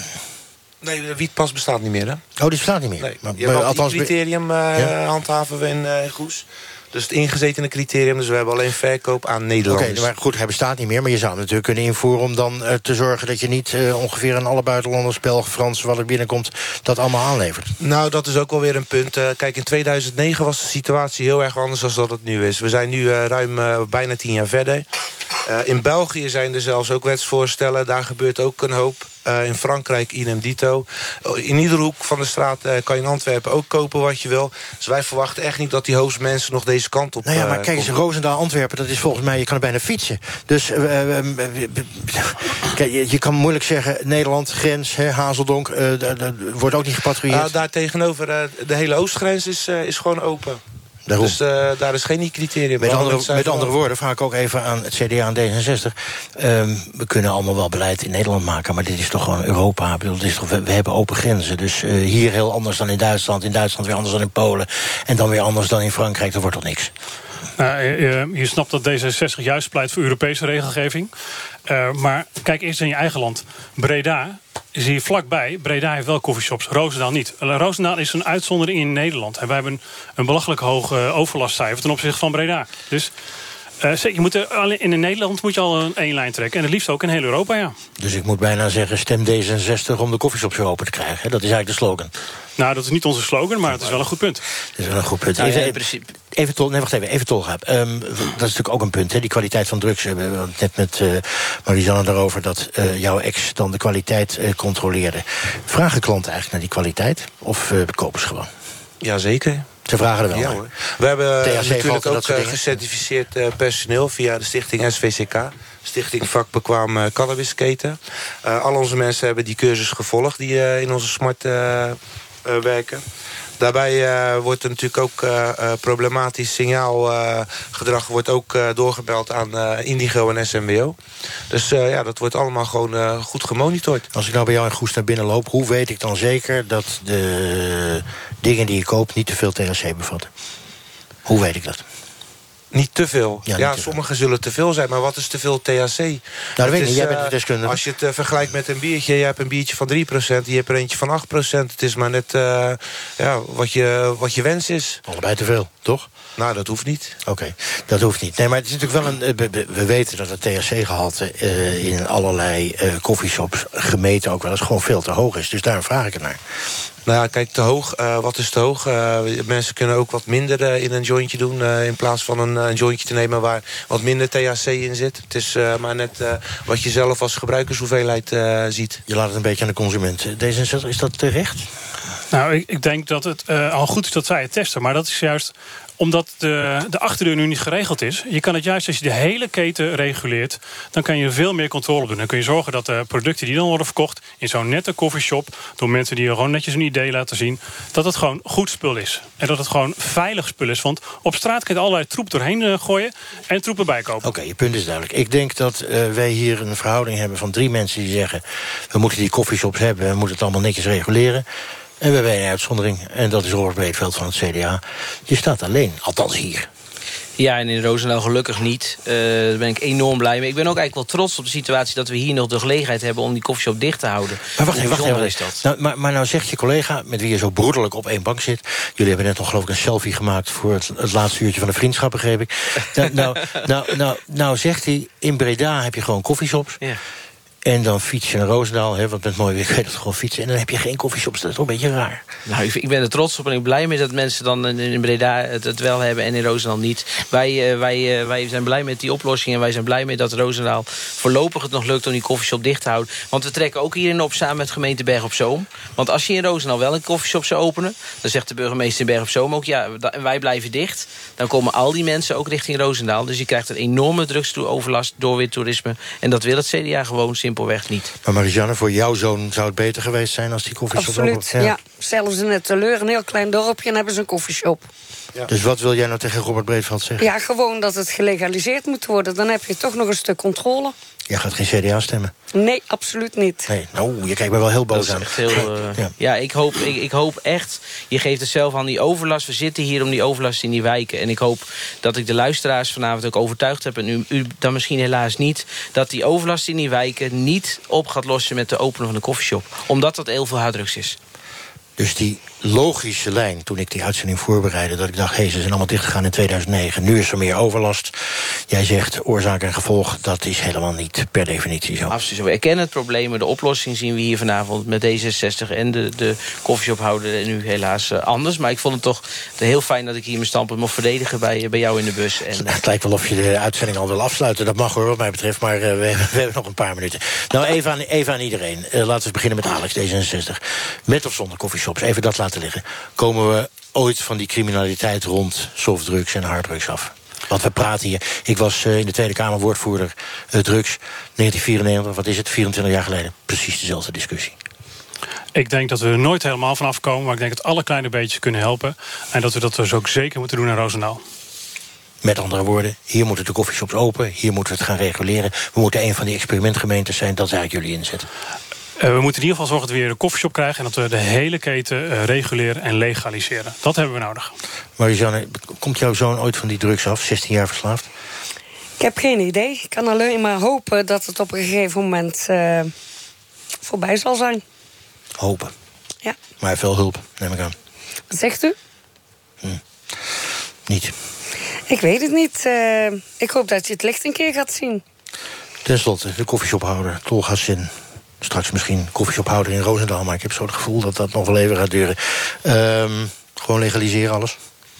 Nee, de wietpas bestaat niet meer, hè? Oh, die bestaat niet meer? Nee, maar, maar, maar althans, criterium uh, ja? handhaven we in uh, Goes. Dus het ingezetene criterium, dus we hebben alleen verkoop aan Nederlanders. Oké, okay, maar goed, hij bestaat niet meer. Maar je zou hem natuurlijk kunnen invoeren om dan uh, te zorgen dat je niet uh, ongeveer aan alle buitenlanders, Belgen, Fransen, wat er binnenkomt, dat allemaal aanlevert. Nou, dat is ook wel weer een punt. Uh, kijk, in tweeduizend negen was de situatie heel erg anders dan dat het nu is. We zijn nu uh, ruim uh, bijna tien jaar verder. Uh, in België zijn er zelfs ook wetsvoorstellen. Daar gebeurt ook een hoop. Uh, in Frankrijk, idem dito. In ieder hoek van de straat uh, kan je in Antwerpen ook kopen wat je wil. Dus wij verwachten echt niet dat die hoofd mensen nog deze kant op... Nou ja, maar uh, kijk eens, Roosendaal, Antwerpen, dat is volgens mij... je kan er bijna fietsen. Dus uh, uh, uh, kijk, je, je kan moeilijk zeggen... Nederland, grens, hè, Hazeldonk, uh, wordt ook niet gepatrouilleerd. Uh, daar tegenover, uh, de hele oostgrens is, uh, is gewoon open. Daarom. Dus uh, daar is geen criterium. Met, andere, met andere woorden vraag ik ook even aan het C D A en D zesenzestig. Um, we kunnen allemaal wel beleid in Nederland maken, maar dit is toch gewoon Europa. Dit is toch, we, we hebben open grenzen. Dus uh, hier heel anders dan in Duitsland. In Duitsland weer anders dan in Polen. En dan weer anders dan in Frankrijk. Dat wordt toch niks? Uh, je, je snapt dat D zesenzestig juist pleit voor Europese regelgeving. Uh, maar kijk eerst in je eigen land. Breda is hier vlakbij. Breda heeft wel coffeeshops, Roosendaal niet. Uh, Roosendaal is een uitzondering in Nederland. En wij hebben een belachelijk hoog uh, overlastcijfer ten opzichte van Breda. Dus uh, je moet er, in Nederland moet je al een één lijn trekken. En het liefst ook in heel Europa, ja. Dus ik moet bijna zeggen, stem D zesenzestig om de coffeeshops weer open te krijgen. Hè? Dat is eigenlijk de slogan. Nou, dat is niet onze slogan, maar het is wel een goed punt. Dat is wel een goed punt. Nou, even, ja, in principe... even, tol, nee, wacht even, even Tolga. Um, dat is natuurlijk ook een punt, hè, die kwaliteit van drugs. We hebben net met uh, Marisanne daarover dat uh, jouw ex dan de kwaliteit uh, controleerde. Vragen klanten eigenlijk naar die kwaliteit? Of uh, kopen ze gewoon? Jazeker. Ze vragen er wel ja, naar. Hoor. We hebben T H C natuurlijk ook uh, gecertificeerd uh, personeel via de stichting S V C K. Stichting Vakbekwaam uh, Cannabisketen. Uh, al onze mensen hebben die cursus gevolgd die uh, in onze smart uh, uh, werken. Daarbij uh, wordt er natuurlijk ook uh, uh, problematisch signaalgedrag uh, wordt ook uh, doorgebeld aan uh, Indigo en S M B O. Dus uh, ja, dat wordt allemaal gewoon uh, goed gemonitord. Als ik nou bij jou in Goes naar binnen loop, hoe weet ik dan zeker dat de dingen die je koopt niet te veel T H C bevatten? Hoe weet ik dat? Niet te veel. Ja, ja te sommige veel. zullen te veel zijn, maar wat is te veel T H C? Nou, dat weet ik niet, jij bent de deskundige. Als je het uh, vergelijkt met een biertje, je hebt een biertje van drie procent, je hebt er eentje van acht procent. Het is maar net uh, ja, wat, je, wat je wens is. Allebei te veel, toch? Nou, dat hoeft niet. Oké, okay, dat hoeft niet. Nee, maar het is natuurlijk wel een. We, we weten dat het T H C-gehalte uh, in allerlei uh, coffeeshops gemeten ook wel eens gewoon veel te hoog is. Dus daarom vraag ik het naar. Nou ja, kijk, te hoog. Uh, wat is te hoog? Uh, mensen kunnen ook wat minder uh, in een jointje doen. Uh, in plaats van een, een jointje te nemen waar wat minder T H C in zit. Het is uh, maar net uh, wat je zelf als gebruikershoeveelheid uh, ziet. Je laat het een beetje aan de consument. D zesenzestig, is dat terecht? Nou, ik, ik denk dat het uh, al goed is dat zij het testen. Maar dat is juist Omdat de, de achterdeur nu niet geregeld is. Je kan het juist, als je de hele keten reguleert, dan kan je veel meer controle doen. Dan kun je zorgen dat de producten die dan worden verkocht in zo'n nette coffeeshop, door mensen die gewoon netjes een idee laten zien, dat het gewoon goed spul is. En dat het gewoon veilig spul is. Want op straat kun je allerlei troep doorheen uh, gooien en troep erbij kopen. Oké, okay, je punt is duidelijk. Ik denk dat uh, wij hier een verhouding hebben van drie mensen die zeggen, we moeten die coffeeshops hebben, we moeten het allemaal netjes reguleren. En we hebben een uitzondering, en dat is Robert Breedveld van het C D A. Je staat alleen, althans hier. Ja, en in Roosendaal gelukkig niet. Uh, daar ben ik enorm blij mee. Ik ben ook eigenlijk wel trots op de situatie dat we hier nog de gelegenheid hebben om die koffieshop dicht te houden. Maar wacht even, wacht even. Is dat? Nou, maar, maar nou zegt je collega, met wie je zo broederlijk op één bank zit, jullie hebben net nog geloof ik een selfie gemaakt voor het, het laatste uurtje van de vriendschap, begreep ik. nou, nou, nou, nou, nou zegt hij, in Breda heb je gewoon koffieshops. Ja. En dan fiets je naar Roosendaal, hè, want met mooi weer kun je dat gewoon fietsen. En dan heb je geen koffieshops, dat is toch een beetje raar. Nou, ik ben er trots op en ik ben blij mee dat mensen dan in Breda het, het wel hebben en in Roosendaal niet. Wij, uh, wij, uh, wij zijn blij met die oplossing en wij zijn blij mee dat Roosendaal voorlopig het nog lukt om die koffieshop dicht te houden. Want we trekken ook hierin op samen met gemeente Berg op Zoom. Want als je in Roosendaal wel een koffieshop zou openen, dan zegt de burgemeester in Berg op Zoom ook, ja, en wij blijven dicht. Dan komen al die mensen ook richting Roosendaal. Dus je krijgt een enorme drugsoverlast door weer toerisme. En dat wil het C D A gewoon simpelweg niet. Maar Marijanne, voor jouw zoon zou het beter geweest zijn als die koffieshop... Absoluut, ja. ja. Zelfs in het Teleur, een heel klein dorpje, en hebben ze een koffieshop. Ja. Dus wat wil jij nou tegen Robert Breedveld zeggen? Ja, gewoon dat het gelegaliseerd moet worden. Dan heb je toch nog een stuk controle. Jij gaat geen C D A stemmen? Nee, absoluut niet. Nee, nou, je kijkt me wel heel boos aan. Heel, uh, ja. ja, ik hoop, ik, ik hoop echt, je geeft het zelf aan die overlast. We zitten hier om die overlast in die wijken. En ik hoop dat ik de luisteraars vanavond ook overtuigd heb, en u, u dan misschien helaas niet, dat die overlast in die wijken niet op gaat lossen met de openen van de koffieshop. Omdat dat heel veel harddrugs is. Dus die logische lijn, toen ik die uitzending voorbereidde, dat ik dacht, hé, ze zijn allemaal dichtgegaan in tweeduizend negen. Nu is er meer overlast. Jij zegt, oorzaak en gevolg, dat is helemaal niet per definitie zo. Absoluut. We erkennen het probleem, maar de oplossing zien we hier vanavond met D zesenzestig en de, de koffieshophouder nu helaas uh, anders. Maar ik vond het toch heel fijn dat ik hier mijn standpunt mocht verdedigen bij, bij jou in de bus. En, uh... Het lijkt wel of je de uitzending al wil afsluiten. Dat mag hoor, wat mij betreft, maar uh, we, hebben, we hebben nog een paar minuten. Nou, even aan, even aan iedereen. Uh, laten we beginnen met Alex, D zesenzestig. Met of zonder koffieshops, even dat laten liggen. Komen we ooit van die criminaliteit rond softdrugs en harddrugs af? Want we praten hier. Ik was uh, in de Tweede Kamer woordvoerder uh, drugs. negentien vierennegentig, wat is het? vierentwintig jaar geleden. Precies dezelfde discussie. Ik denk dat we er nooit helemaal van afkomen, maar ik denk dat alle kleine beetjes kunnen helpen. En dat we dat dus ook zeker moeten doen in Roosendaal. Met andere woorden, hier moeten de koffieshops open. Hier moeten we het gaan reguleren. We moeten een van die experimentgemeentes zijn. Dat is eigenlijk jullie inzet. Uh, we moeten in ieder geval zorgen dat we weer een koffieshop krijgen en dat we de hele keten uh, reguleren en legaliseren. Dat hebben we nodig. Marijanne, komt jouw zoon ooit van die drugs af? zestien jaar verslaafd? Ik heb geen idee. Ik kan alleen maar hopen dat het op een gegeven moment uh, voorbij zal zijn. Hopen? Ja. Maar veel hulp, neem ik aan. Wat zegt u? Hm. Niet. Ik weet het niet. Uh, ik hoop dat je het licht een keer gaat zien. Ten slotte, de koffieshophouder, Tolga Sin. Straks misschien koffieshophouder in Roosendaal, maar ik heb zo het gevoel dat dat nog wel even gaat duren. Um, gewoon legaliseren alles?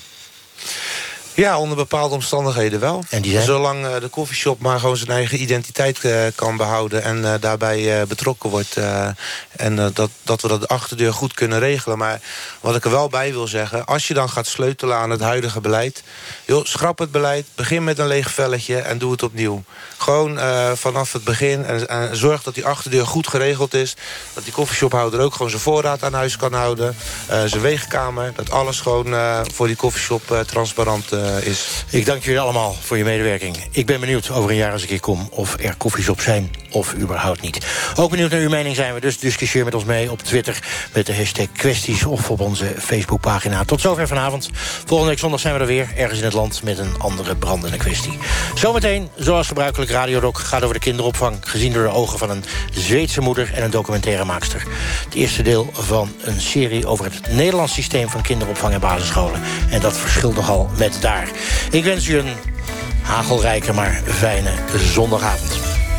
Ja, onder bepaalde omstandigheden wel. En die zijn? Zolang uh, de koffieshop maar gewoon zijn eigen identiteit uh, kan behouden en uh, daarbij uh, betrokken wordt. Uh, en uh, dat, dat we dat de achterdeur goed kunnen regelen. Maar wat ik er wel bij wil zeggen, als je dan gaat sleutelen aan het huidige beleid, joh, schrap het beleid, begin met een leeg velletje en doe het opnieuw. Gewoon uh, vanaf het begin en, en zorg dat die achterdeur goed geregeld is. Dat die koffieshophouder ook gewoon zijn voorraad aan huis kan houden. Uh, zijn weegkamer, dat alles gewoon uh, voor die koffieshop uh, transparant uh, is. Ik dank jullie allemaal voor je medewerking. Ik ben benieuwd over een jaar als ik hier kom of er koffieshops zijn of überhaupt niet. Ook benieuwd naar uw mening zijn we, dus discussieer met ons mee op Twitter met de hashtag kwesties of op onze Facebookpagina. Tot zover vanavond. Volgende week zondag zijn we er weer, ergens in het land met een andere brandende kwestie. Zometeen, zoals gebruikelijk, Radiodoc gaat over de kinderopvang, gezien door de ogen van een Zweedse moeder en een documentairemaakster. Het eerste deel van een serie over het Nederlands systeem van kinderopvang en basisscholen. En dat verschilt nogal met daar. Ik wens u een hagelrijke maar fijne zondagavond.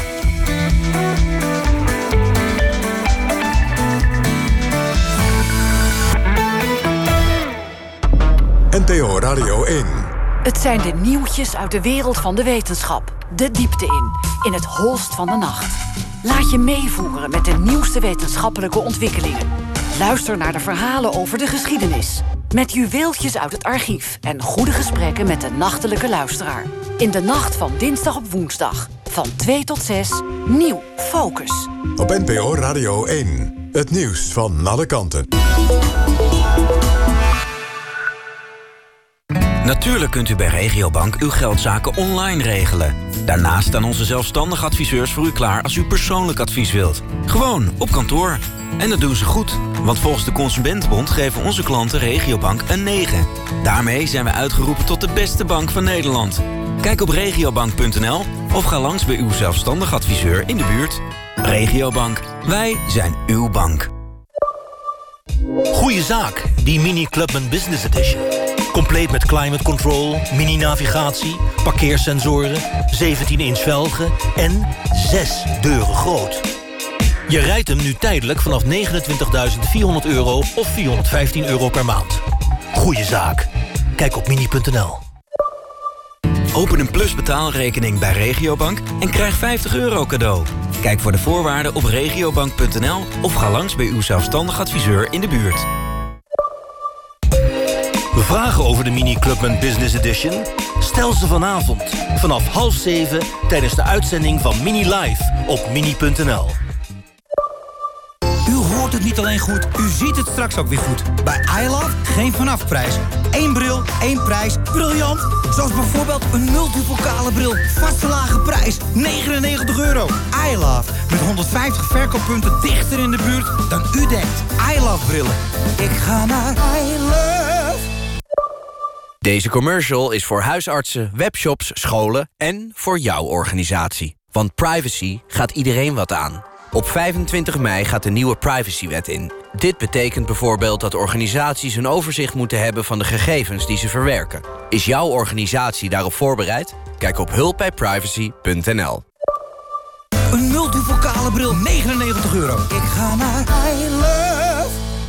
N P O Radio één. Het zijn de nieuwtjes uit de wereld van de wetenschap. De diepte in, in het holst van de nacht. Laat je meevoeren met de nieuwste wetenschappelijke ontwikkelingen. Luister naar de verhalen over de geschiedenis. Met juweeltjes uit het archief en goede gesprekken met de nachtelijke luisteraar. In de nacht van dinsdag op woensdag. Van twee tot zes, nieuw Focus. Op N P O Radio één. Het nieuws van alle kanten. Natuurlijk kunt u bij Regiobank uw geldzaken online regelen. Daarnaast staan onze zelfstandige adviseurs voor u klaar als u persoonlijk advies wilt. Gewoon op kantoor. En dat doen ze goed, want volgens de Consumentenbond geven onze klanten Regiobank een negen. Daarmee zijn we uitgeroepen tot de beste bank van Nederland. Kijk op regiobank punt n l of ga langs bij uw zelfstandig adviseur in de buurt. Regiobank, wij zijn uw bank. Goeie zaak, die Mini Clubman Business Edition. Compleet met climate control, mini-navigatie, parkeersensoren, zeventien inch velgen en zes deuren groot. Je rijdt hem nu tijdelijk vanaf negenentwintigduizend vierhonderd euro of vierhonderdvijftien euro per maand. Goeie zaak. Kijk op mini punt n l. Open een Plus betaalrekening bij Regiobank en krijg vijftig euro cadeau. Kijk voor de voorwaarden op regiobank punt n l of ga langs bij uw zelfstandig adviseur in de buurt. Vragen over de Mini Clubman Business Edition? Stel ze vanavond vanaf half zeven tijdens de uitzending van Mini Live op mini punt n l. U hoort het niet alleen goed, u ziet het straks ook weer goed. Bij iLove geen vanafprijs. Eén bril, één prijs. Briljant! Zoals bijvoorbeeld een multipokale bril. Vaste lage prijs, negenennegentig euro. iLove, met honderdvijftig verkooppunten dichter in de buurt dan u denkt. iLove brillen. Ik ga naar iLove. Deze commercial is voor huisartsen, webshops, scholen en voor jouw organisatie. Want privacy gaat iedereen wat aan. Op vijfentwintig mei gaat de nieuwe privacywet in. Dit betekent bijvoorbeeld dat organisaties een overzicht moeten hebben van de gegevens die ze verwerken. Is jouw organisatie daarop voorbereid? Kijk op hulp bij privacy punt n l. Een multipokale bril, negenennegentig euro. Ik ga naar iLove.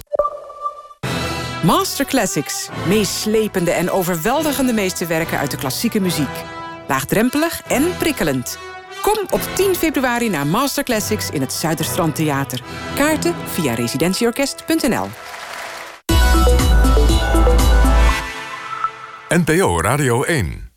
Master Classics. Meeslepende en overweldigende meesterwerken uit de klassieke muziek. Laagdrempelig en prikkelend. Kom op tien februari naar Master Classics in het Zuiderstrand Theater. Kaarten via residentieorkest punt n l. N P O Radio één.